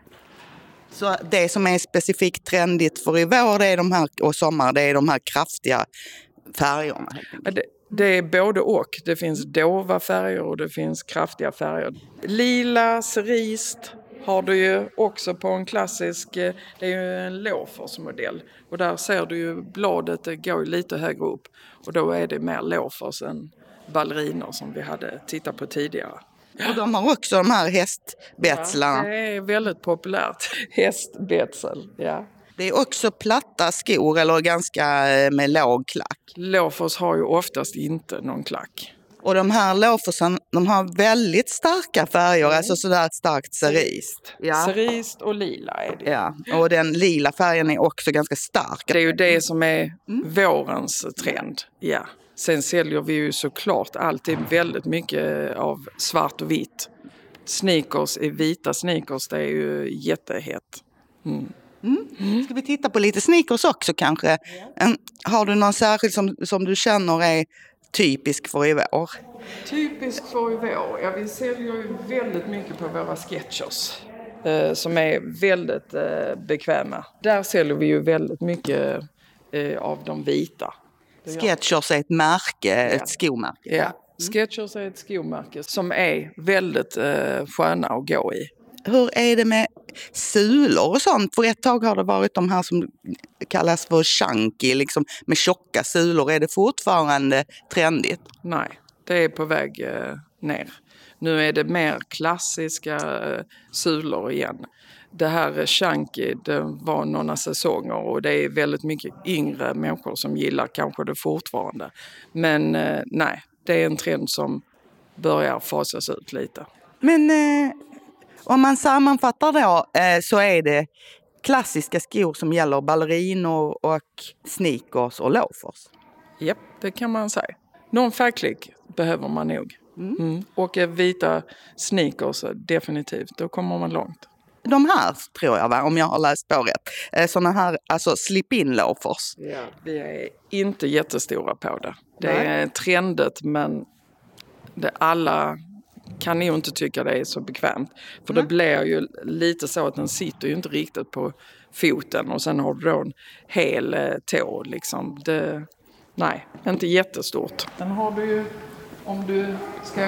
Så det som är specifikt trendigt för i vår det är de här, och sommar, det är de här kraftiga färgerna? Ja, det, det är både och. Det finns dova färger och det finns kraftiga färger. Lila, cerist har du ju också på en klassisk, det är ju en loafersmodell. Och där ser du ju bladet går lite högre upp. Och då är det mer loafers än balleriner som vi hade tittat på tidigare. Och de har också de här hästbetslarna. Ja, det är väldigt populärt. Hästbetsel, ja. Det är också platta skor eller ganska med låg klack. Loafers har ju oftast inte någon klack. Och de här loafersen, de har väldigt starka färger, mm. alltså sådär starkt cerist. Ja. Cerist och lila är det. Ja, och den lila färgen är också ganska stark. Det är ju det som är mm. vårens trend, ja. Sen säljer vi ju såklart alltid väldigt mycket av svart och vitt. Sneakers, vita sneakers, det är ju jättehett. Mm. Mm. Mm. Ska vi titta på lite sneakers också kanske? Ja. Har du någon särskild som, som du känner är typisk för i vår? Typisk för i vår? Ja, vi säljer ju väldigt mycket på våra Skechers. Eh, som är väldigt eh, bekväma. Där säljer vi ju väldigt mycket eh, av de vita. Skechers är ett märke, ja. ett skomärke. Ja, mm. Skechers är ett skomärke som är väldigt eh, sköna att gå i. Hur är det med sulor och sånt? För ett tag har det varit de här som kallas för chunky, liksom med tjocka sulor. Är det fortfarande trendigt? Nej, det är på väg eh, ner. Nu är det mer klassiska eh, sulor igen. Det här chunky, det var några säsonger och det är väldigt mycket yngre människor som gillar kanske det fortfarande. Men eh, nej, det är en trend som börjar fasas ut lite. Men eh, om man sammanfattar då eh, så är det klassiska skor som gäller ballerinor och sneakers och loafers. Japp, det kan man säga. Någon färgklick behöver man nog. Mm. Mm. Och vita sneakers definitivt, då kommer man långt. De här tror jag, va, om jag har läst på rätt, sådana här alltså slip-in loafers. Ja, vi är inte jättestora på det. Det Nej. är trendigt, men det alla kan ju inte tycka det är så bekvämt. För mm. det blir ju lite så att den sitter ju inte riktigt på foten och sen har du då en hel tå liksom. Det, nej, inte jättestort. Sen har du ju, om du ska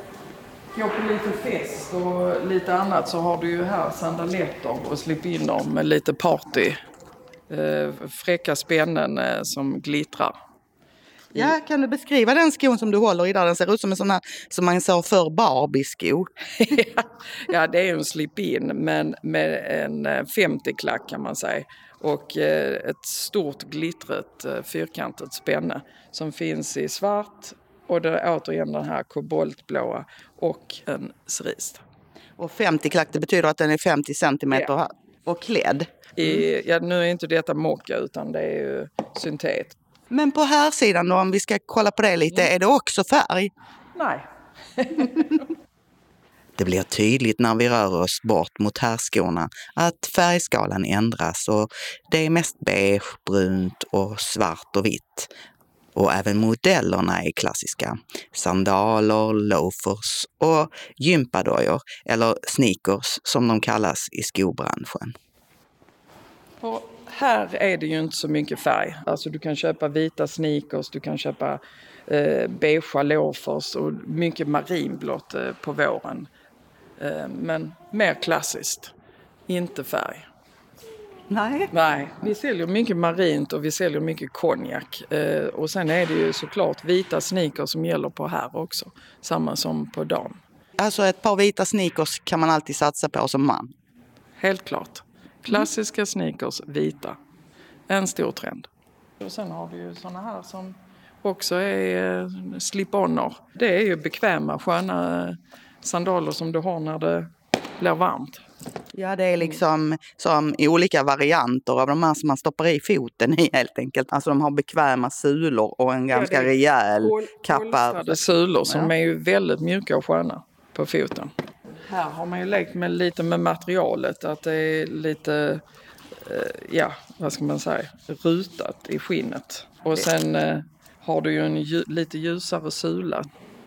gå på lite fest och lite annat, så har du ju här sandaletter och slip-inner med lite party. Eh, fräcka spännen eh, som glittrar. Ja, kan du beskriva den skon som du håller i där? Den ser ut som en sån här som man sa för Barbie-sko. Ja, det är en slip-in men med en femtio-klack kan man säga. Och eh, ett stort glittret eh, fyrkantigt spänne som finns i svart. Och det är återigen den här koboltblåa och en cerist. Och femtio-klack, det betyder att den är femtio centimeter ja. och klädd. Mm. I, ja, nu är inte detta mocka utan det är ju syntet. Men på här sidan då, om vi ska kolla på det lite, mm. är det också färg? Nej. Det blir tydligt när vi rör oss bort mot härskorna att färgskalan ändras och det är mest beige, brunt och svart och vitt. Och även modellerna är klassiska. Sandaler, loafers och gympadojor eller sneakers som de kallas i skobranschen. Och här är det ju inte så mycket färg. Alltså du kan köpa vita sneakers, du kan köpa eh, beigea loafers och mycket marinblått eh, på våren. Eh, men mer klassiskt, inte färg. Nej. Nej, vi säljer mycket marint och vi säljer mycket konjak. Eh, och sen är det ju såklart vita sneakers som gäller på här också. Samma som på dam. Alltså ett par vita sneakers kan man alltid satsa på som man? Helt klart. Klassiska sneakers, vita. En stor trend. Och sen har vi ju såna här som också är eh, slip-oner. Det är ju bekväma, sköna sandaler som du har när det blir varmt. Ja, det är liksom som i olika varianter av de här som man stoppar i foten i helt enkelt. Alltså de har bekväma sulor och en ganska ja, rejäl kappa. Det är sulor som ja. är ju väldigt mjuka och sköna på foten. Här har man ju lekt med lite med materialet, att det är lite, eh, ja, vad ska man säga, rutat i skinnet. Och sen eh, har du ju en lju- lite ljusare sula.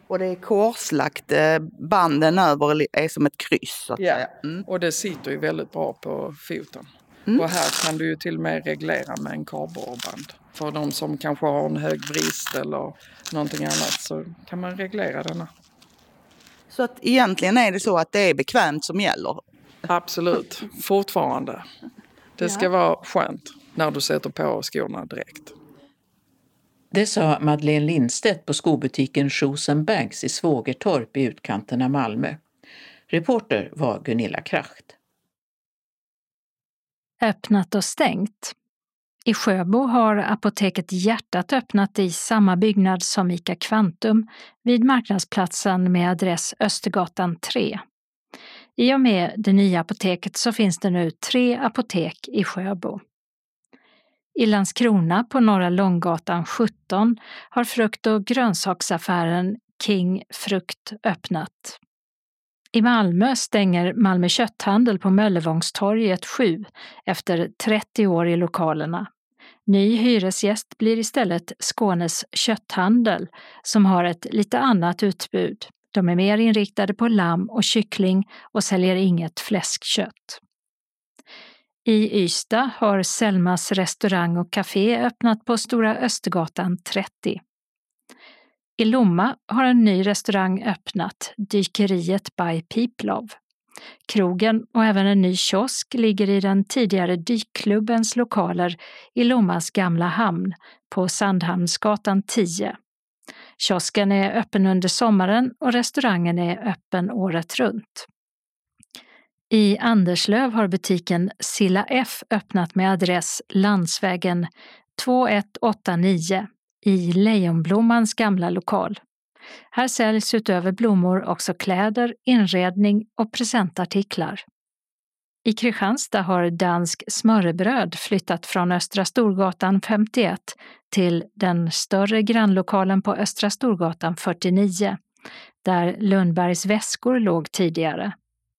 Och det är korslagt, banden över är som ett kryss så att ja. säga. Mm. Och det sitter ju väldigt bra på foten. Mm. Och här kan du ju till och med reglera med en kardborreband. För de som kanske har en hög vrist eller någonting annat så kan man reglera denna. Så att egentligen är det så att det är bekvämt som gäller? Absolut, fortfarande. Det ska ja. vara skönt när du sätter på skorna direkt. Det sa Madeleine Lindstedt på skobutiken Shoes and Bags i Svågertorp i utkanten av Malmö. Reporter var Gunilla Kracht. Öppnat och stängt. I Sjöbo har apoteket Hjärtat öppnat i samma byggnad som ICA Kvantum vid marknadsplatsen med adress Östergatan tre. I och med det nya apoteket så finns det nu tre apotek i Sjöbo. I Landskrona på Norra Långgatan sjutton har frukt- och grönsaksaffären King Frukt öppnat. I Malmö stänger Malmö kötthandel på Möllevångstorget sju efter trettio år i lokalerna. Ny hyresgäst blir istället Skånes kötthandel som har ett lite annat utbud. De är mer inriktade på lamm och kyckling och säljer inget fläskkött. I Ystad har Selmas restaurang och café öppnat på Stora Östergatan trettio. I Lomma har en ny restaurang öppnat, Dykeriet by Piplov. Krogen och även en ny kiosk ligger i den tidigare dykklubbens lokaler i Lommas gamla hamn på Sandhamnsgatan tio. Kiosken är öppen under sommaren och restaurangen är öppen året runt. I Anderslöv har butiken Silla F öppnat med adress Landsvägen två ett åtta nio i Lejonblommans gamla lokal. Här säljs utöver blommor också kläder, inredning och presentartiklar. I Kristianstad har Dansk smörrebröd flyttat från Östra Storgatan femtioett till den större grannlokalen på Östra Storgatan fyrtionio, där Lundbergs väskor låg tidigare.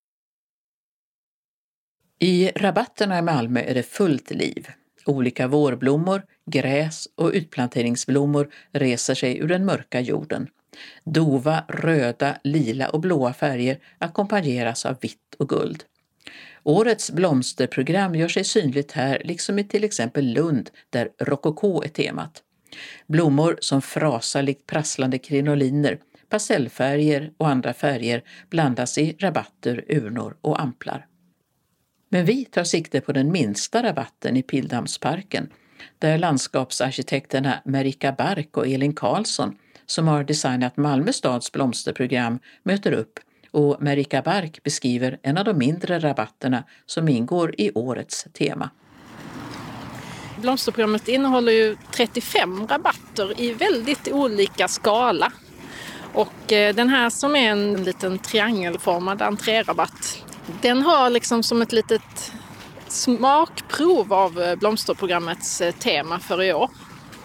I rabatterna i Malmö är det fullt liv. Olika vårblommor, gräs och utplanteringsblommor reser sig ur den mörka jorden. Dova, röda, lila och blåa färger ackompanjeras av vitt och guld. Årets blomsterprogram gör sig synligt här liksom i till exempel Lund där rokoko är temat. Blommor som frasar likt prasslande krinoliner, pastellfärger och andra färger blandas i rabatter, urnor och amplar. Men vi tar sikte på den minsta rabatten i Pildammsparken, där landskapsarkitekterna Marika Bark och Elin Karlsson, som har designat Malmö stads blomsterprogram, möter upp, och Marika Bark beskriver en av de mindre rabatterna som ingår i årets tema. Blomsterprogrammet innehåller ju trettiofem rabatter i väldigt olika skala. Och den här som är en liten triangelformad entrérabatt, den har liksom som ett litet smakprov av blomsterprogrammets tema för i år.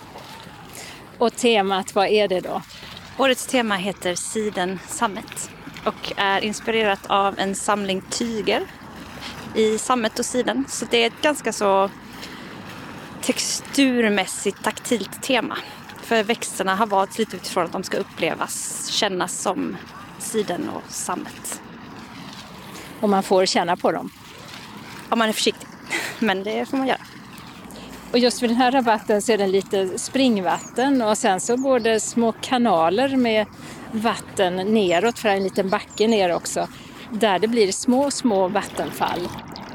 Och temat, vad är det då? Årets tema heter Siden sammet och är inspirerat av en samling tyger i sammet och siden. Så det är ett ganska så texturmässigt taktilt tema. För växterna har valts lite utifrån att de ska upplevas, kännas som siden och sammet. Och man får känna på dem? Om man är försiktig, men det får man göra. Och just för den här rabatten så är den lite springvatten och sen så går det små kanaler med vatten neråt för en liten backe ner också. Där det blir små, små vattenfall.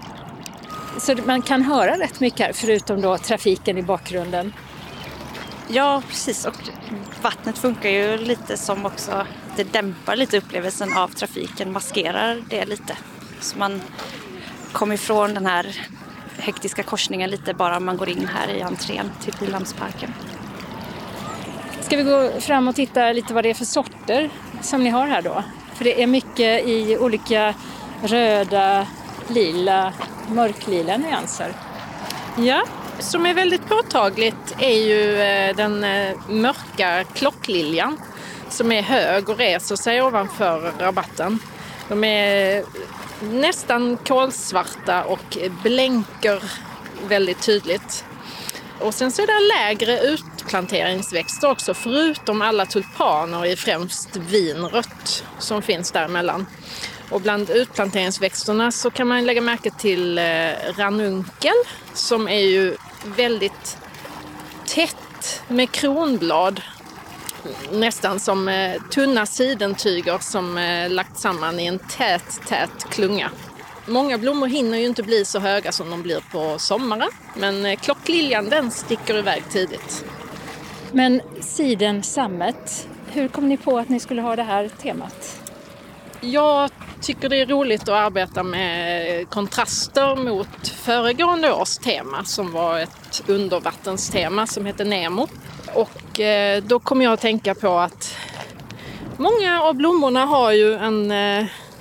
Så man kan höra rätt mycket här förutom då trafiken i bakgrunden. Ja, precis. Och vattnet funkar ju lite som också, det dämpar lite upplevelsen av trafiken, maskerar det lite. Så man kommer ifrån den här hektiska korsningen lite bara om man går in här i entrén till Pildammsparken. Ska vi gå fram och titta lite vad det är för sorter som ni har här då? För det är mycket i olika röda, lila, mörklila nyanser. Ja, som är väldigt påtagligt är ju den mörka klockliljan som är hög och reser sig ovanför rabatten. De är nästan kolsvarta och blänker väldigt tydligt. Och sen så är det lägre utplanteringsväxter också, förutom alla tulpaner i främst vinrött som finns däremellan. Och bland utplanteringsväxterna så kan man lägga märke till eh, ranunkel som är ju väldigt tätt med kronblad. Nästan som eh, tunna sidentyger som eh, lagt samman i en tät, tät klunga. Många blommor hinner ju inte bli så höga som de blir på sommaren. Men eh, klockliljan den sticker iväg tidigt. Men sidensammet, hur kom ni på att ni skulle ha det här temat? Jag tycker det är roligt att arbeta med kontraster mot föregående års tema som var ett undervattenstema som heter Nemo. Och eh, då kom jag att tänka på att många av blommorna har ju en eh,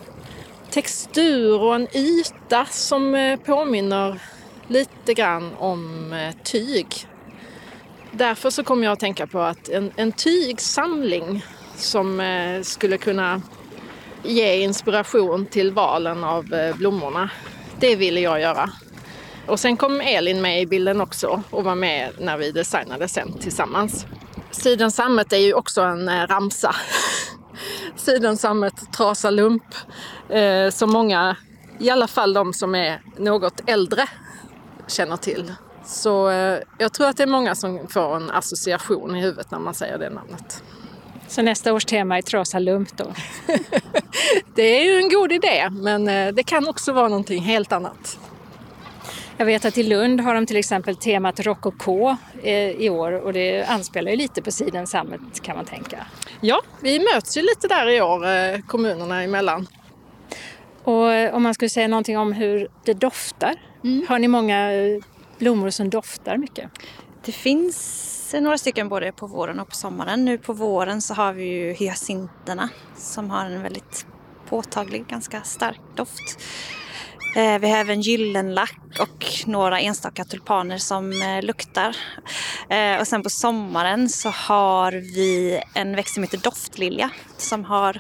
textur och en yta som eh, påminner lite grann om eh, tyg. Därför så kom jag att tänka på att en, en tygsamling som eh, skulle kunna ge inspiration till valen av eh, blommorna, det ville jag göra. Och sen kom Elin med i bilden också och var med när vi designade sen tillsammans. Sidensammet är ju också en eh, ramsa. Sidensammet, trasa lump, eh, som många, i alla fall de som är något äldre, känner till. Så eh, jag tror att det är många som får en association i huvudet när man säger det namnet. Så nästa års tema är trasa lump då? Det är ju en god idé, men eh, det kan också vara någonting helt annat. Jag vet att i Lund har de till exempel temat rokoko eh, i år och det anspelar ju lite på sidensammet kan man tänka. Ja, vi möts ju lite där i år, eh, kommunerna emellan. Och eh, om man skulle säga någonting om hur det doftar, mm. har ni många eh, blommor som doftar mycket? Det finns några stycken både på våren och på sommaren. Nu på våren så har vi ju hyacinterna som har en väldigt påtaglig, ganska stark doft. Eh, vi har även gyllenlack och några enstaka tulpaner som eh, luktar. Eh, och sen på sommaren så har vi en växt som heter doftlilja som har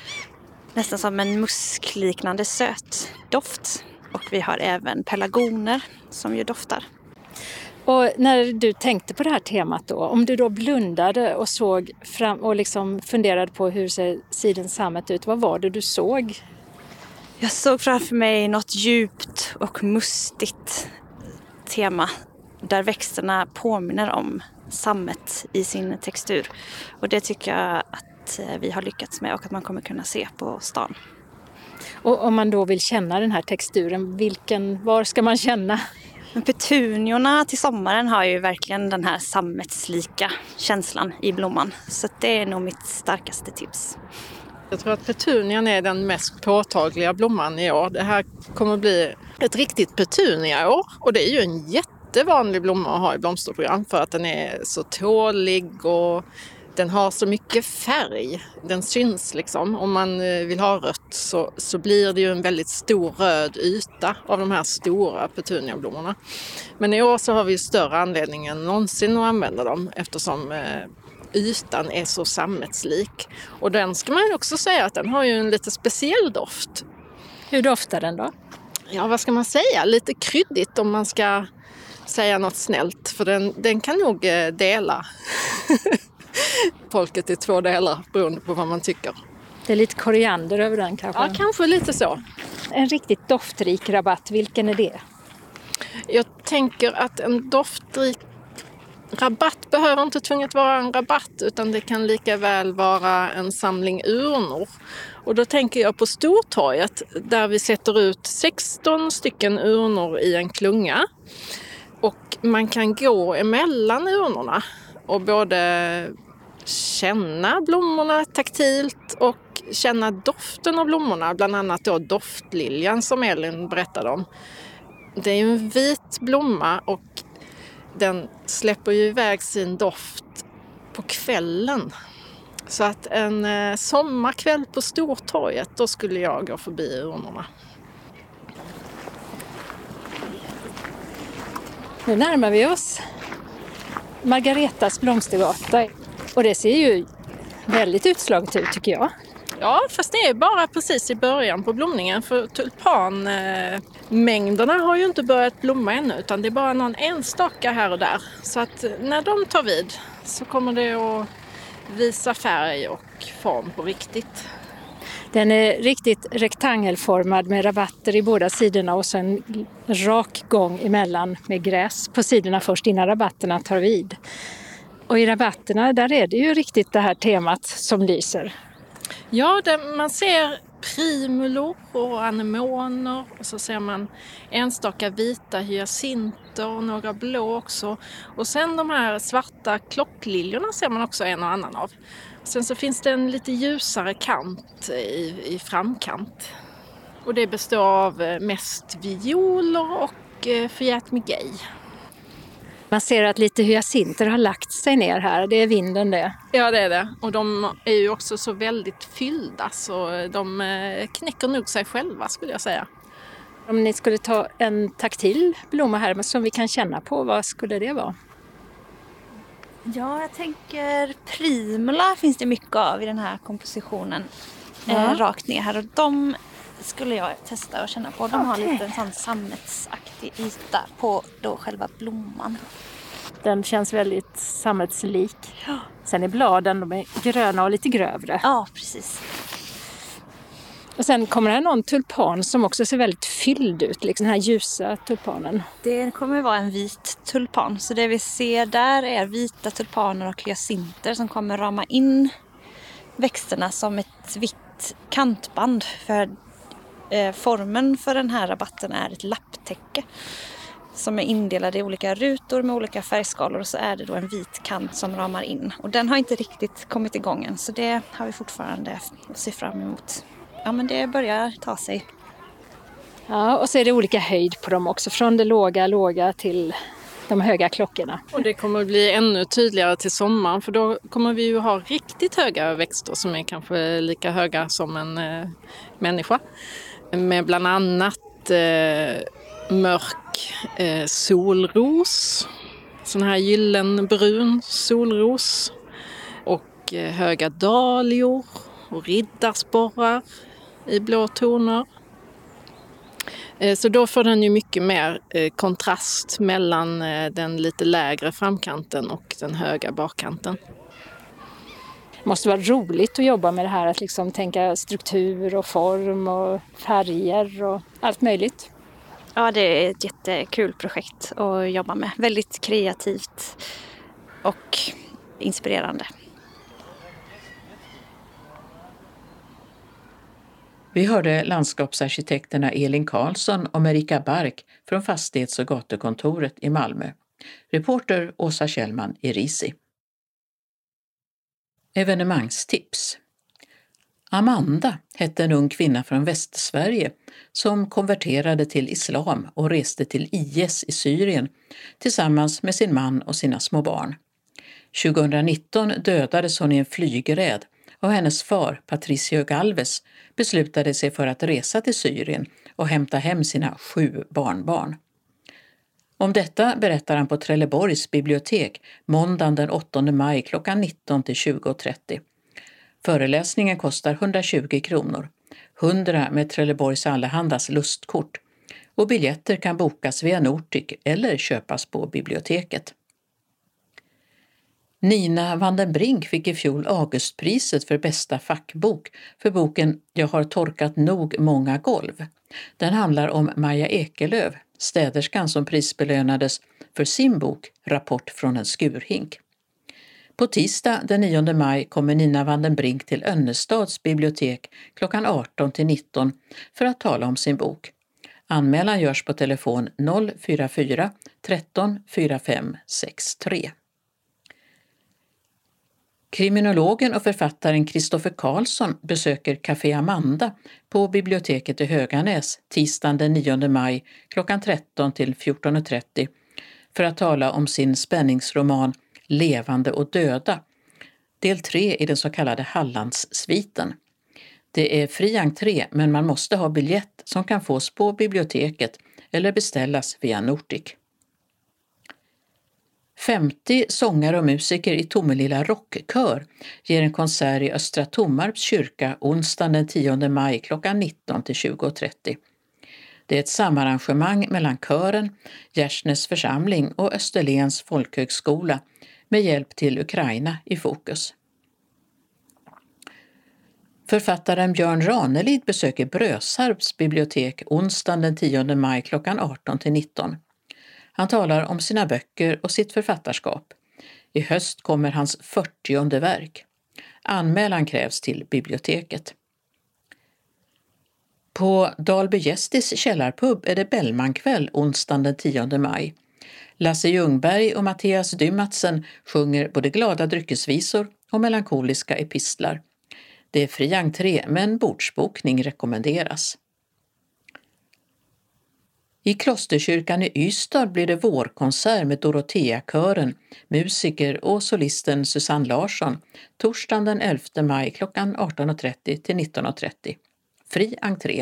nästan som en muskliknande söt doft. Och vi har även pelargoner som ju doftar. Och när du tänkte på det här temat då, om du då blundade och såg fram och liksom funderade på hur ser sidensammet ut, vad var det du såg? Jag såg framför mig något djupt och mustigt tema där växterna påminner om sammet i sin textur. Och det tycker jag att vi har lyckats med och att man kommer kunna se på stan. Och om man då vill känna den här texturen, vilken, var ska man känna? Men petuniorna till sommaren har ju verkligen den här sammetslika känslan i blomman. Så det är nog mitt starkaste tips. Jag tror att petunian är den mest påtagliga blomman i år. Det här kommer att bli ett riktigt petunia-år. Och det är ju en jättevanlig blomma att ha i blomsterprogram för att den är så tålig och den har så mycket färg. Den syns liksom. Om man vill ha rött så, så blir det ju en väldigt stor röd yta av de här stora petuniablommorna. Men i år så har vi större anledning än någonsin att använda dem eftersom eh, ytan är så sammetslik. Och den ska man också säga att den har ju en lite speciell doft. Hur doftar den då? Ja, vad ska man säga? Lite kryddigt om man ska säga något snällt. För den, den kan nog dela folket i två delar beroende på vad man tycker. Det är lite koriander över den kanske? Ja, kanske lite så. En riktigt doftrik rabatt, vilken är det? Jag tänker att en doftrik rabatt behöver inte tvunget vara en rabatt utan det kan lika väl vara en samling urnor. Och då tänker jag på Stortorget där vi sätter ut sexton stycken urnor i en klunga. Och man kan gå emellan urnorna och både känna blommorna taktilt och känna doften av blommorna. Bland annat då doftliljan som Elin berättade om. Det är ju en vit blomma och den släpper ju iväg sin doft på kvällen. Så att en eh, sommarkväll på Stortorget, då skulle jag gå förbi urnorna. Nu närmar vi oss Margaretas blomstergata och det ser ju väldigt utslaget ut tycker jag. Ja, fast det är bara precis i början på blomningen för tulpanmängderna har ju inte börjat blomma ännu utan det är bara någon enstaka här och där. Så att när de tar vid så kommer det att visa färg och form på riktigt. Den är riktigt rektangelformad med rabatter i båda sidorna och sen rak gång emellan med gräs på sidorna först innan rabatterna tar vid. Och i rabatterna där är det ju riktigt det här temat som lyser. Ja, där man ser primulor och anemoner och så ser man enstaka vita hyacinter och några blå också. Och sen de här svarta klockliljorna ser man också en och annan av. Sen så finns det en lite ljusare kant i, i framkant. Och det består av mest violer och förgätmigej. Man ser att lite hyacinter har lagt sig ner här, det är vinden det. Ja, det är det. Och de är ju också så väldigt fyllda så de knäcker nog sig själva skulle jag säga. Om ni skulle ta en taktil blomma här som vi kan känna på, vad skulle det vara? Ja, jag tänker primula finns det mycket av i den här kompositionen. Ja. Eh, rakt ner här och de skulle jag testa och känna på. De Okay. har lite en sån sammetsaktig yta på då själva blomman. Den känns väldigt sammetslik. Ja. Sen är bladen de är gröna och lite grövre. Ja, precis. Och sen kommer det någon tulpan som också ser väldigt fylld ut, liksom den här ljusa tulpanen. Det kommer vara en vit tulpan. Så det vi ser där är vita tulpaner och hyacinter som kommer rama in växterna som ett vitt kantband. För eh, formen för den här rabatten är ett lapptäcke som är indelad i olika rutor med olika färgskalor och så är det då en vit kant som ramar in. Och den har inte riktigt kommit igång än så det har vi fortfarande att se fram emot. Ja, men det börjar ta sig. Ja, och så är det olika höjd på dem också. Från det låga, låga till de höga klockorna. Och det kommer att bli ännu tydligare till sommaren för då kommer vi ju ha riktigt höga växter som är kanske lika höga som en eh, människa. Med bland annat eh, mörk eh, solros, sån här gyllenbrun solros och eh, höga dahlior och riddarsporrar i blå toner. Så då får den ju mycket mer kontrast mellan den lite lägre framkanten och den höga bakkanten. Det måste vara roligt att jobba med det här, att liksom tänka struktur och form och färger och allt möjligt. Ja, det är ett jättekul projekt att jobba med. Väldigt kreativt och inspirerande. Vi hörde landskapsarkitekterna Elin Karlsson och Marika Bark från Fastighets- och gatukontoret i Malmö. Reporter Åsa Kjellman i Risi. Evenemangstips. Amanda hette en ung kvinna från Västsverige som konverterade till islam och reste till I S i Syrien tillsammans med sin man och sina små barn. tjugonitton dödades hon i en flygräd och hennes far, Patricio Galvez, beslutade sig för att resa till Syrien och hämta hem sina sju barnbarn. Om detta berättar han på Trelleborgs bibliotek måndagen den åttonde maj klockan nitton till tjugo trettio. Föreläsningen kostar hundratjugo kronor, hundra med Trelleborgs Allehandas lustkort och biljetter kan bokas via Nortic eller köpas på biblioteket. Nina van den Brink fick i fjol Augustpriset för bästa fackbok för boken Jag har torkat nog många golv. Den handlar om Maja Ekelöf, städerskan som prisbelönades för sin bok Rapport från en skurhink. På tisdag den nionde maj kommer Nina van den Brink till Önnestads bibliotek klockan arton till nitton för att tala om sin bok. Anmälan görs på telefon noll fyra fyra tretton fyrtiofem sextiotre. Kriminologen och författaren Kristoffer Karlsson besöker Café Amanda på biblioteket i Höganäs tisdagen den nionde maj klockan tretton till fjorton trettio för att tala om sin spänningsroman Levande och döda, del tre i den så kallade Hallandssviten. Det är fri entré men man måste ha biljett som kan fås på biblioteket eller beställas via Nortic. femtio sångare och musiker i Tomelilla rockkör ger en konsert i Östra Tomarps kyrka onsdagen den tionde maj klockan nitton till tjugo trettio. Det är ett samarrangemang mellan kören, Gärsnäs församling och Österlens folkhögskola med hjälp till Ukraina i fokus. Författaren Björn Ranelid besöker Brösarps bibliotek onsdagen den tionde maj klockan arton till nitton. Han talar om sina böcker och sitt författarskap. I höst kommer hans fyrtionde verk. Anmälan krävs till biblioteket. På Dalby Gästis källarpub är det Bellmankväll onsdagen den tionde maj. Lasse Ljungberg och Mattias Dymatsen sjunger både glada dryckesvisor och melankoliska epistlar. Det är fri entré, men bordsbokning rekommenderas. I Klosterkyrkan i Ystad blir det vårkonsert med Dorotea-kören, musiker och solisten Susanne Larsson torsdagen den elfte maj klockan arton och trettio till nitton och trettio. Fri entré.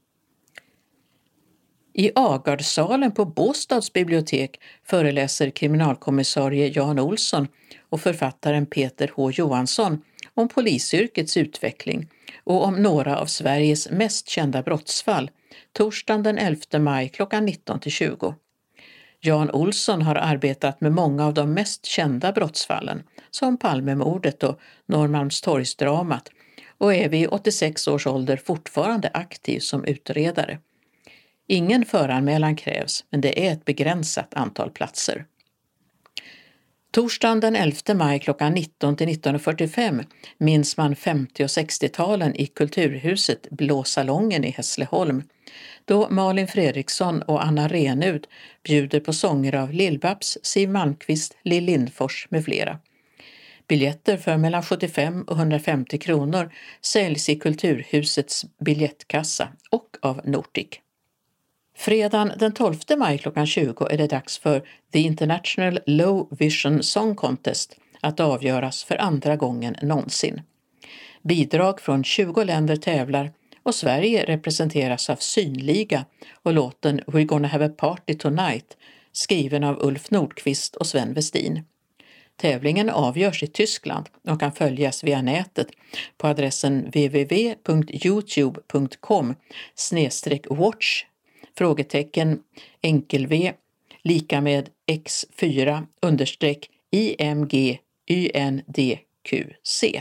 I Agardsalen på Båstads bibliotek föreläser kriminalkommissarie Jan Olsson och författaren Peter H. Johansson om polisyrkets utveckling och om några av Sveriges mest kända brottsfall torsdagen den elfte maj klockan nitton till tjugo. Jan Olsson har arbetat med många av de mest kända brottsfallen som Palmemordet och Norrmalmstorgsdramat och är vid åttiosex års ålder fortfarande aktiv som utredare. Ingen föranmälan krävs, men det är ett begränsat antal platser. Torsdagen den elfte maj klockan nitton till nitton och fyrtiofem minns man femtio- och sextiotalen i Kulturhuset Blåsalongen i Hässleholm, då Malin Fredriksson och Anna Renud bjuder på sånger av Lill-Babs, Siw Malmkvist, Lill Lindfors med flera. Biljetter för mellan sjuttiofem och hundrafemtio kronor säljs i Kulturhusets biljettkassa och av Nordic. Fredagen den tolfte maj klockan tjugo är det dags för The International Low Vision Song Contest att avgöras för andra gången någonsin. Bidrag från tjugo länder tävlar och Sverige representeras av Synliga och låten We're gonna have a party tonight, skriven av Ulf Nordqvist och Sven Westin. Tävlingen avgörs i Tyskland och kan följas via nätet på adressen w w w punkt youtube punkt com snedstreck watch frågetecken enkel v lika med x fyra understreck img yndqc.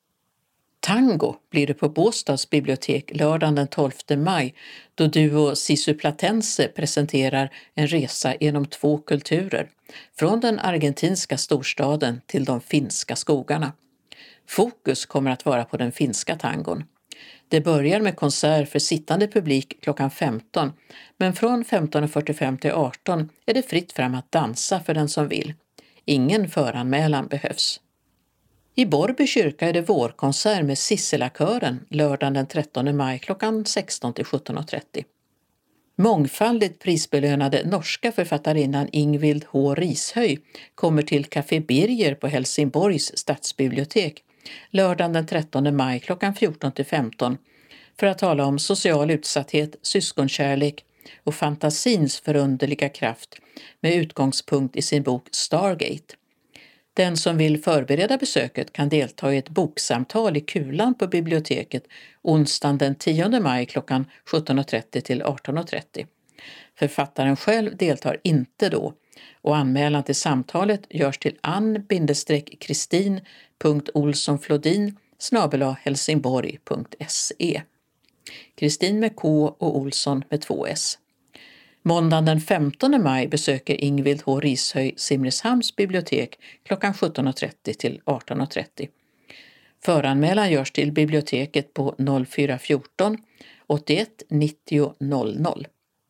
Tango blir det på Båstads bibliotek lördagen den tolfte maj då duo Sisu Platense presenterar en resa genom två kulturer, från den argentinska storstaden till de finska skogarna. Fokus kommer att vara på den finska tangon. Det börjar med konsert för sittande publik klockan femton, men från femton och fyrtiofem till arton är det fritt fram att dansa för den som vill. Ingen föranmälan behövs. I Borby kyrka är det vårkonsert med Sisselakören lördagen den trettonde maj klockan sexton till sjutton och trettio. Mångfaldigt prisbelönade norska författarinnan Ingvild H. Rishöj kommer till Café Birger på Helsingborgs stadsbibliotek lördagen den trettonde maj klockan fjorton till femton för att tala om social utsatthet, syskonkärlek och fantasins förunderliga kraft med utgångspunkt i sin bok Stargate. Den som vill förbereda besöket kan delta i ett boksamtal i Kulan på biblioteket onsdagen den tionde maj klockan sjutton och trettio till arton och trettio. Författaren själv deltar inte då och anmälan till samtalet görs till ann-kristin punkt olssonflodin snabel-a helsingborg punkt se. Kristin med K och Olsson med två S. Måndagen den femtonde maj besöker Ingvild H. Rishöj Simrishamns bibliotek klockan sjutton och trettio till arton och trettio. Föranmälan görs till biblioteket på noll fyra fjorton åttioett nittio noll noll.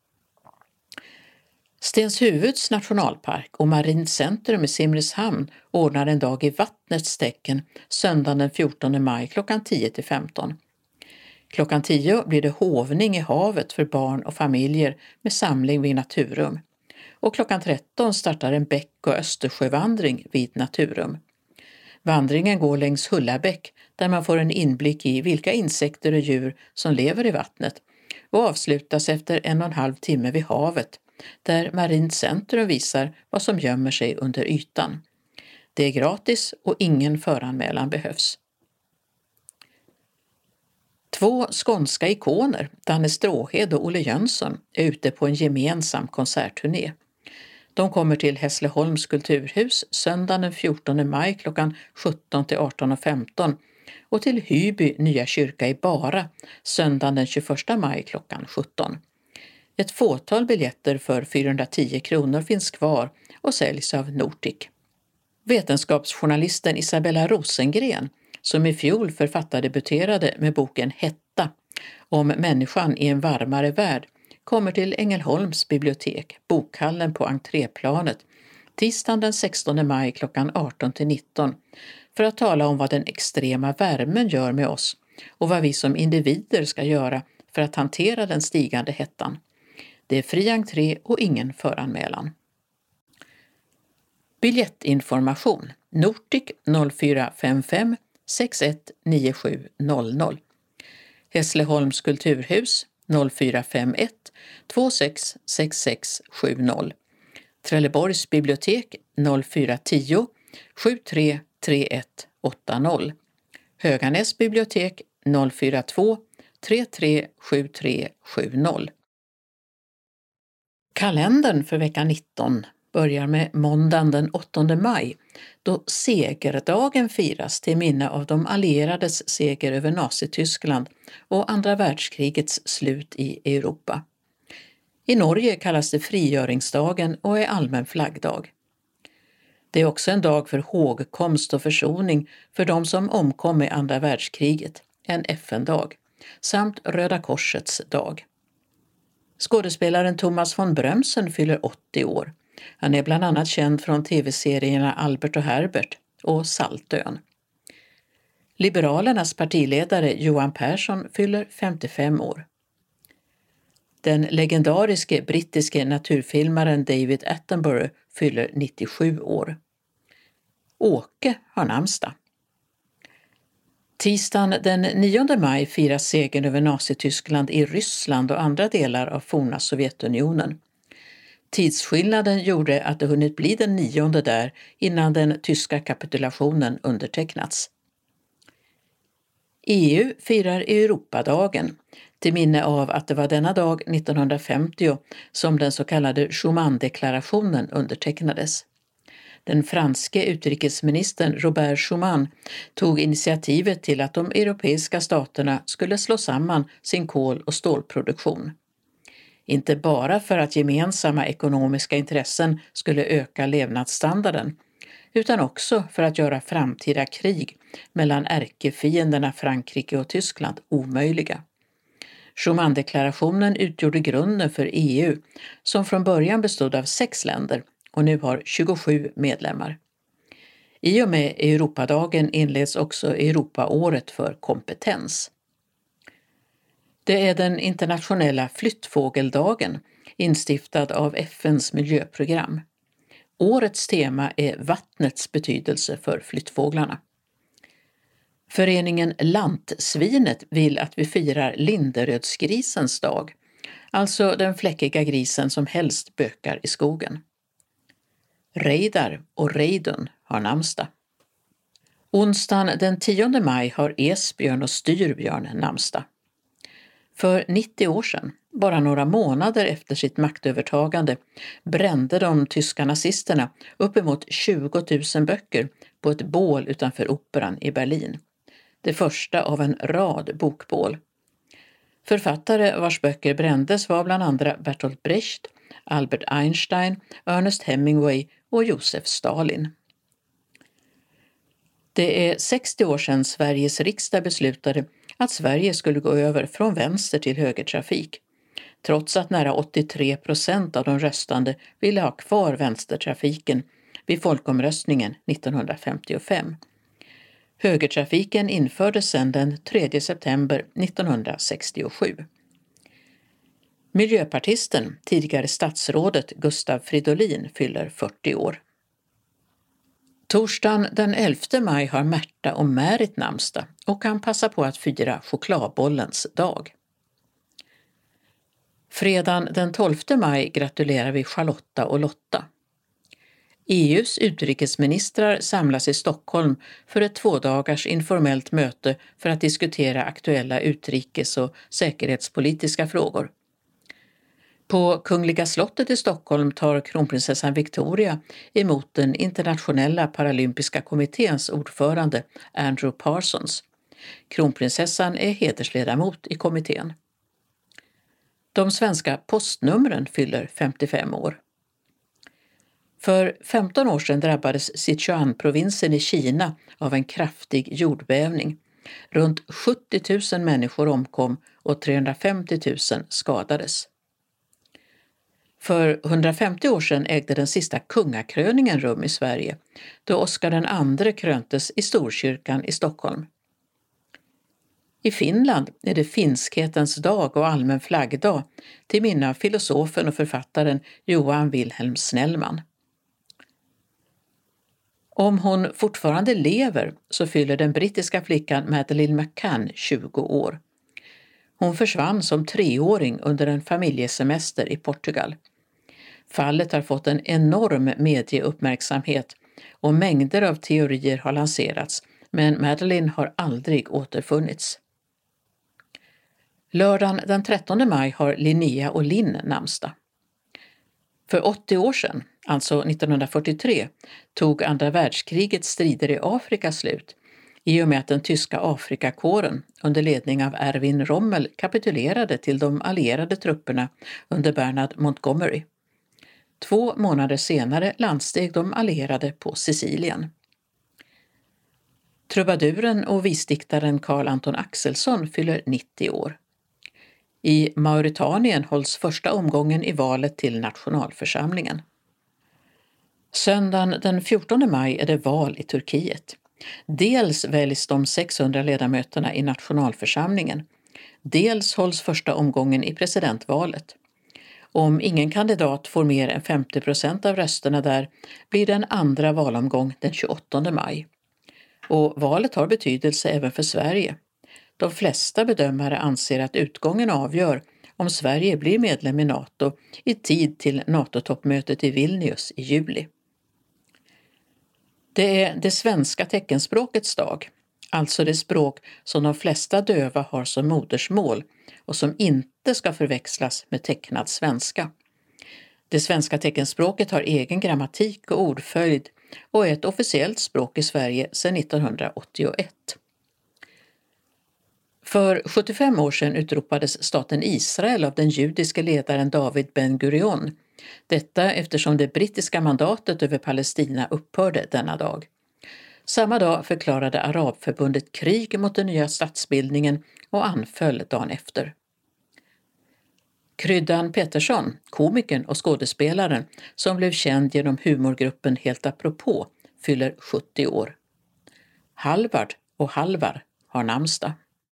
Stenshuvuds nationalpark och Marint centrum i Simrishamn ordnar en dag i vattnets tecken söndagen den fjortonde maj klockan tio till femton. Klockan tio blir det hovning i havet för barn och familjer med samling vid Naturum. Och klockan tretton startar en bäck- och östersjövandring vid Naturum. Vandringen går längs Hullabäck där man får en inblick i vilka insekter och djur som lever i vattnet och avslutas efter en och en halv timme vid havet där Marint centrum visar vad som gömmer sig under ytan. Det är gratis och ingen föranmälan behövs. Två skånska ikoner, Danne Stråhed och Olle Jönsson, är ute på en gemensam konsertturné. De kommer till Hässleholms kulturhus söndagen den fjortonde maj klockan sjutton till arton och femton och till Hyby nya kyrka i Bara söndagen den tjugoförsta maj klockan sjutton. Ett fåtal biljetter för fyrahundratio kronor finns kvar och säljs av Nortic. Vetenskapsjournalisten Isabella Rosengren, som i fjol författardebuterade med boken Hetta om människan i en varmare värld, kommer till Ängelholms bibliotek, bokhallen på entréplanet, tisdagen den sextonde maj klockan arton till nitton för att tala om vad den extrema värmen gör med oss och vad vi som individer ska göra för att hantera den stigande hettan. Det är fri entré och ingen föranmälan. Biljettinformation Nortic noll fyra fem fem sex ett nio sju noll noll. Hässleholms kulturhus noll fyra fem ett två sex sex sex sju noll. Trelleborgs bibliotek noll fyra tio sju tre tre ett åtta noll. Höganäs bibliotek noll fyra två tre tre sju tre sju noll. Kalendern för vecka nitton börjar med måndagen den åttonde maj då segerdagen firas till minne av de allierades seger över Nazityskland och andra världskrigets slut i Europa. I Norge kallas det frigöringsdagen och är allmän flaggdag. Det är också en dag för hågkomst och försoning för de som omkom i andra världskriget, en F N-dag, samt Röda korsets dag. Skådespelaren Thomas von Brömsen fyller åttio år. Han är bland annat känd från tv-serierna Albert och Herbert och Saltön. Liberalernas partiledare Johan Persson fyller femtiofem år. Den legendariske brittiske naturfilmaren David Attenborough fyller nittiosju år. Åke har namnsdag. Tisdagen den nionde maj firas segern över Nazityskland i Ryssland och andra delar av forna Sovjetunionen. Tidsskillnaden gjorde att det hunnit bli den nionde där innan den tyska kapitulationen undertecknats. E U firar Europadagen till minne av att det var denna dag nittonhundrafemtio som den så kallade Schuman-deklarationen undertecknades. Den franske utrikesministern Robert Schuman tog initiativet till att de europeiska staterna skulle slå samman sin kol- och stålproduktion. Inte bara för att gemensamma ekonomiska intressen skulle öka levnadsstandarden, utan också för att göra framtida krig mellan ärkefienderna Frankrike och Tyskland omöjliga. Schuman-deklarationen utgjorde grunden för E U, som från början bestod av sex länder och nu har tjugosju medlemmar. I och med Europadagen inleds också Europaåret för kompetens. Det är den internationella flyttfågeldagen, instiftad av F N:s miljöprogram. Årets tema är vattnets betydelse för flyttfåglarna. Föreningen Lantsvinet vill att vi firar Linderödsgrisens dag, alltså den fläckiga grisen som helst bökar i skogen. Reidar och Reidun har namnsdag. Onsdagen den tionde maj har Esbjörn och Styrbjörn namnsdag. För nittio år sedan, bara några månader efter sitt maktövertagande, brände de tyska nazisterna uppemot tjugo tusen böcker på ett bål utanför operan i Berlin. Det första av en rad bokbål. Författare vars böcker brändes var bland andra Bertolt Brecht, Albert Einstein, Ernest Hemingway och Josef Stalin. Det är sextio år sedan Sveriges riksdag beslutade att Sverige skulle gå över från vänster till högertrafik, trots att nära åttiotre procent av de röstande ville ha kvar vänstertrafiken vid folkomröstningen nittonhundrafemtiofem. Högertrafiken infördes sedan den tredje september nittonhundrasextiosju. Miljöpartisten, tidigare statsrådet Gustav Fridolin, fyller fyrtio år. Torsdagen den elfte maj har Märta och Märit namnsdag och kan passa på att fira chokladbollens dag. Fredagen den tolfte maj gratulerar vi Charlotta och Lotta. E U:s utrikesministrar samlas i Stockholm för ett tvådagars informellt möte för att diskutera aktuella utrikes- och säkerhetspolitiska frågor. På Kungliga slottet i Stockholm tar kronprinsessan Victoria emot den internationella paralympiska kommitténs ordförande Andrew Parsons. Kronprinsessan är hedersledamot i kommittén. De svenska postnumren fyller femtiofem år. För femton år sedan drabbades Sichuan-provinsen i Kina av en kraftig jordbävning. Runt sjuttio tusen människor omkom och trehundrafemtio tusen skadades. För hundrafemtio år sedan ägde den sista kungakröningen rum i Sverige, då Oscar den andre kröntes i Storkyrkan i Stockholm. I Finland är det finskhetens dag och allmän flaggdag till minne av filosofen och författaren Johan Wilhelm Snellman. Om hon fortfarande lever så fyller den brittiska flickan Madeleine McCann tjugo år. Hon försvann som treåring under en familjesemester i Portugal. Fallet har fått en enorm medieuppmärksamhet och mängder av teorier har lanserats, men Madeleine har aldrig återfunnits. Lördagen den trettonde maj har Linnea och Linn namnsdag. För åttio år sedan, alltså nittonhundrafyrtiotre, tog andra världskrigets strider i Afrika slut i och med att den tyska Afrikakåren under ledning av Erwin Rommel kapitulerade till de allierade trupperna under Bernard Montgomery. Två månader senare landsteg de allierade på Sicilien. Trubaduren och visdiktaren Carl Anton Axelsson fyller nittio år. I Mauritanien hålls första omgången i valet till nationalförsamlingen. Söndagen den fjortonde maj är det val i Turkiet. Dels väljs de sexhundra ledamöterna i nationalförsamlingen. Dels hålls första omgången i presidentvalet. Om ingen kandidat får mer än femtio procent av rösterna där blir det en andra valomgång den tjugoåttonde maj. Och valet har betydelse även för Sverige. De flesta bedömare anser att utgången avgör om Sverige blir medlem i NATO i tid till NATO-toppmötet i Vilnius i juli. Det är det svenska teckenspråkets dag, alltså det språk som de flesta döva har som modersmål och som inte ska förväxlas med tecknad svenska. Det svenska teckenspråket har egen grammatik och ordföljd och är ett officiellt språk i Sverige sedan nittonhundraåttioett. För sjuttiofem år sedan utropades staten Israel av den judiske ledaren David Ben Gurion. Detta eftersom det brittiska mandatet över Palestina upphörde denna dag. Samma dag förklarade Arabförbundet krig mot den nya statsbildningen och anföll dagen efter. Kryddan Pettersson, komikern och skådespelaren som blev känd genom humorgruppen Helt apropå, fyller sjuttio år. Halvard och Halvar har namnsdag.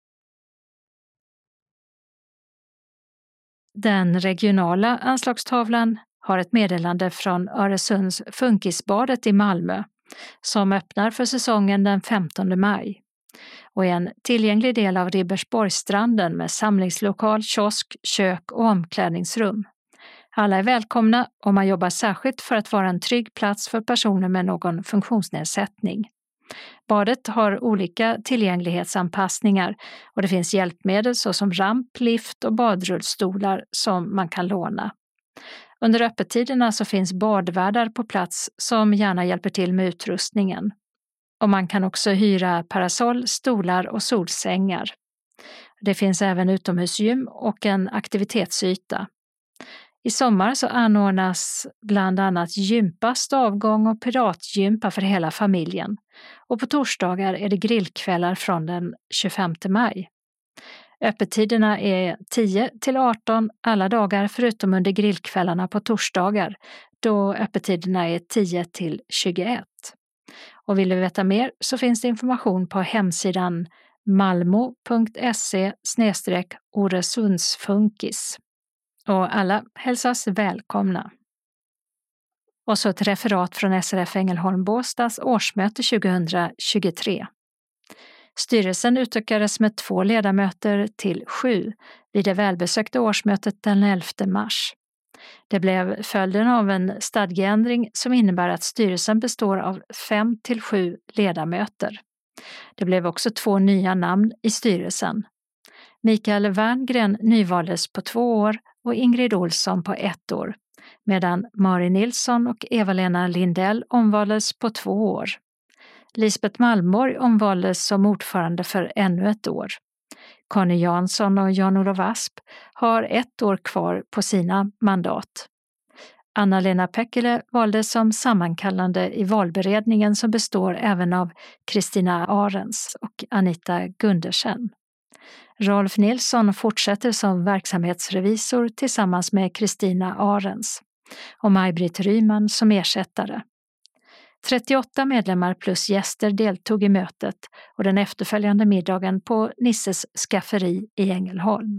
Den regionala anslagstavlan har ett meddelande från Öresunds Funkisbadet i Malmö som öppnar för säsongen den femtonde maj och är en tillgänglig del av Ribersborgsstranden med samlingslokal, kiosk, kök och omklädningsrum. Alla är välkomna och man jobbar särskilt för att vara en trygg plats för personer med någon funktionsnedsättning. Badet har olika tillgänglighetsanpassningar och det finns hjälpmedel såsom ramp, lift och badrullstolar som man kan låna. Under öppettiderna så finns badvärdar på plats som gärna hjälper till med utrustningen. Och man kan också hyra parasoll, stolar och solsängar. Det finns även utomhusgym och en aktivitetsyta. I sommar så anordnas bland annat gympa, stavgång och piratgympa för hela familjen. Och på torsdagar är det grillkvällar från den tjugofemte maj. Öppettiderna är tio till arton alla dagar förutom under grillkvällarna på torsdagar då öppettiderna är tio till tjugoett. Och vill du veta mer så finns det information på hemsidan malmo punkt se slash oresundsfunkis. Och alla hälsas välkomna. Och så ett referat från S R F Ängelholm Båstads årsmöte tjugohundratjugotre. Styrelsen utökades med två ledamöter till sju vid det välbesökta årsmötet den elfte mars. Det blev följden av en stadgeändring som innebär att styrelsen består av fem till sju ledamöter. Det blev också två nya namn i styrelsen. Mikael Werngren nyvaldes på två år och Ingrid Olsson på ett år, medan Mari Nilsson och Eva-Lena Lindell omvaldes på två år. Lisbeth Malmborg omvaldes som ordförande för ännu ett år. Conny Jansson och Jan-Olof Asp har ett år kvar på sina mandat. Anna-Lena Pekkele valdes som sammankallande i valberedningen som består även av Kristina Arens och Anita Gundersen. Rolf Nilsson fortsätter som verksamhetsrevisor tillsammans med Kristina Arens och Maj-Britt Ryman som ersättare. trettioåtta medlemmar plus gäster deltog i mötet och den efterföljande middagen på Nisses skafferi i Ängelholm.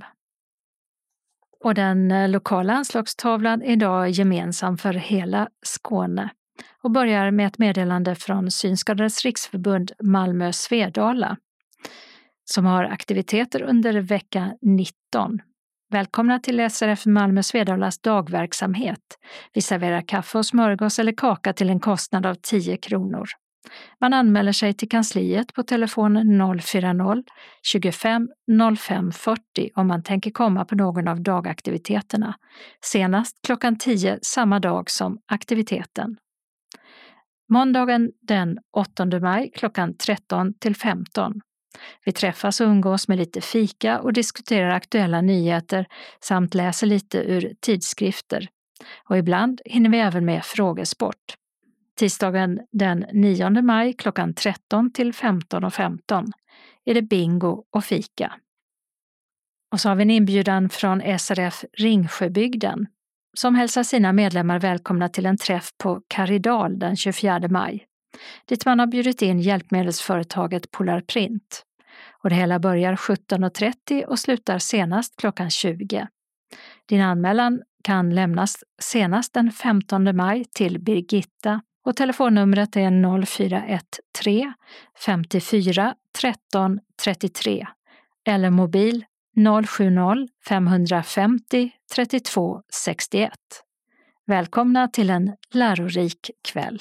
Och den lokala anslagstavlan är idag gemensam för hela Skåne och börjar med ett meddelande från Synskadades riksförbund Malmö Svedala som har aktiviteter under vecka nitton. Välkomna till S R F Malmö Svedalas dagverksamhet. Vi serverar kaffe och smörgås eller kaka till en kostnad av tio kronor. Man anmäler sig till kansliet på telefon noll fyra noll tjugofem noll fem fyrtio om man tänker komma på någon av dagaktiviteterna. Senast klockan tio samma dag som aktiviteten. Måndagen den åttonde maj klockan tretton till femton. Vi träffas och umgås med lite fika och diskuterar aktuella nyheter samt läser lite ur tidskrifter. Och ibland hinner vi även med frågesport. Tisdagen den nionde maj klockan tretton till femton och femton är det bingo och fika. Och så har vi en inbjudan från S R F Ringsjöbygden som hälsar sina medlemmar välkomna till en träff på Karidal den tjugofjärde maj. Dit man har bjudit in hjälpmedelsföretaget Polar Print. Och det hela börjar sjutton och trettio och slutar senast klockan tjugo. Din anmälan kan lämnas senast den femtonde maj till Birgitta och telefonnumret är noll fyra ett tre femtiofyra tretton trettiotre eller mobil noll sju noll femhundrafemtio trettiotvå sextioett. Välkomna till en lärorik kväll.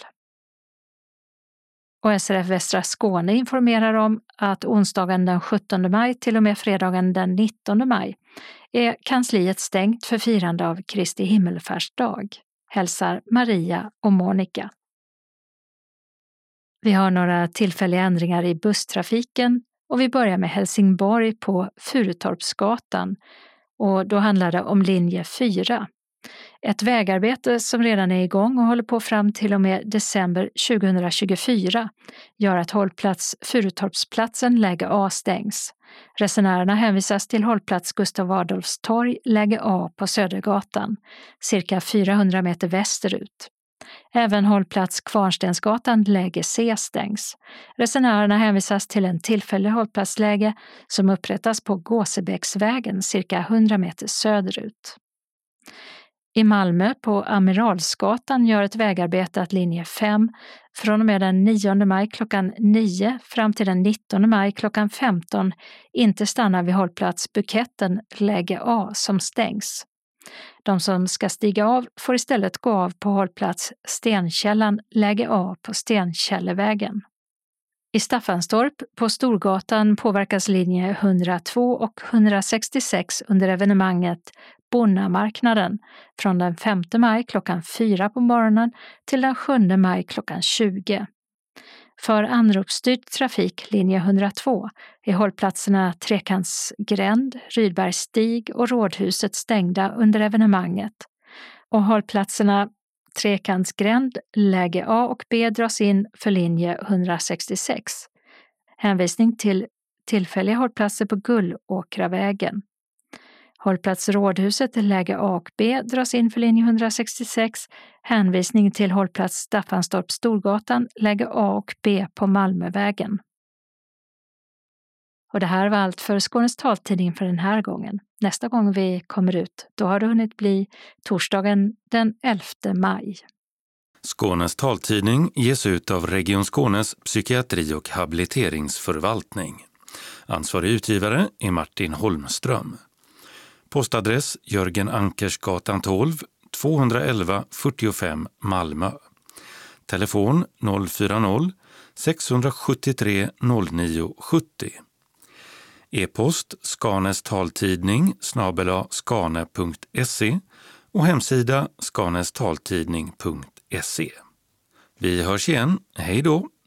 Och S R F Västra Skåne informerar om att onsdagen den sjuttonde maj till och med fredagen den nittonde maj är kansliet stängt för firande av Kristi himmelfärdsdag. Hälsar Maria och Monica. Vi har några tillfälliga ändringar i busstrafiken och vi börjar med Helsingborg på Furutorpsgatan och då handlar det om linje fyra. Ett vägarbete som redan är igång och håller på fram till och med december tjugohundratjugofyra gör att hållplats Furutorpsplatsen läge A stängs. Resenärerna hänvisas till hållplats Gustav Adolfs torg läge A på Södergatan, cirka fyrahundra meter västerut. Även hållplats Kvarnstensgatan läge C stängs. Resenärerna hänvisas till en tillfällig hållplatsläge som upprättas på Gåsebäcksvägen cirka hundra meter söderut. I Malmö på Amiralsgatan gör ett vägarbete att linje fem från och med den nionde maj klockan nio fram till den nittonde maj klockan femton inte stannar vid hållplats Buketten läge A som stängs. De som ska stiga av får istället gå av på hållplats Stenkällan läge A på Stenkällevägen. I Staffanstorp på Storgatan påverkas linje etthundratvå och etthundrasextiosex under evenemanget Bonnamarknaden från den femte maj klockan fyra på morgonen till den sjunde maj klockan tjugo. För anropsstyrd trafik linje etthundratvå är hållplatserna Trekantsgränd, Rydbergsstig och Rådhuset stängda under evenemanget. Och hållplatserna Trekantsgränd, läge A och B dras in för linje etthundrasextiosex. Hänvisning till tillfälliga hållplatser på Gullåkravägen. Hållplats Rådhuset, läge A och B dras in för linje etthundrasextiosex. Hänvisning till hållplats Staffanstorp Storgatan, läge A och B på Malmövägen. Och det här var allt för Skånes taltidning för den här gången. Nästa gång vi kommer ut, då har det hunnit bli torsdagen den elfte maj. Skånes taltidning ges ut av Region Skånes psykiatri- och habiliteringsförvaltning. Ansvarig utgivare är Martin Holmström. Postadress Jörgen Ankersgatan tolv, tvåhundraelva fyrtiofem Malmö. Telefon noll fyra noll sex sju tre noll nio sju noll. E-post Skanes taltidning snabel-a skane punkt se och hemsida skanestaltidning punkt se. Vi hörs igen. Hej då!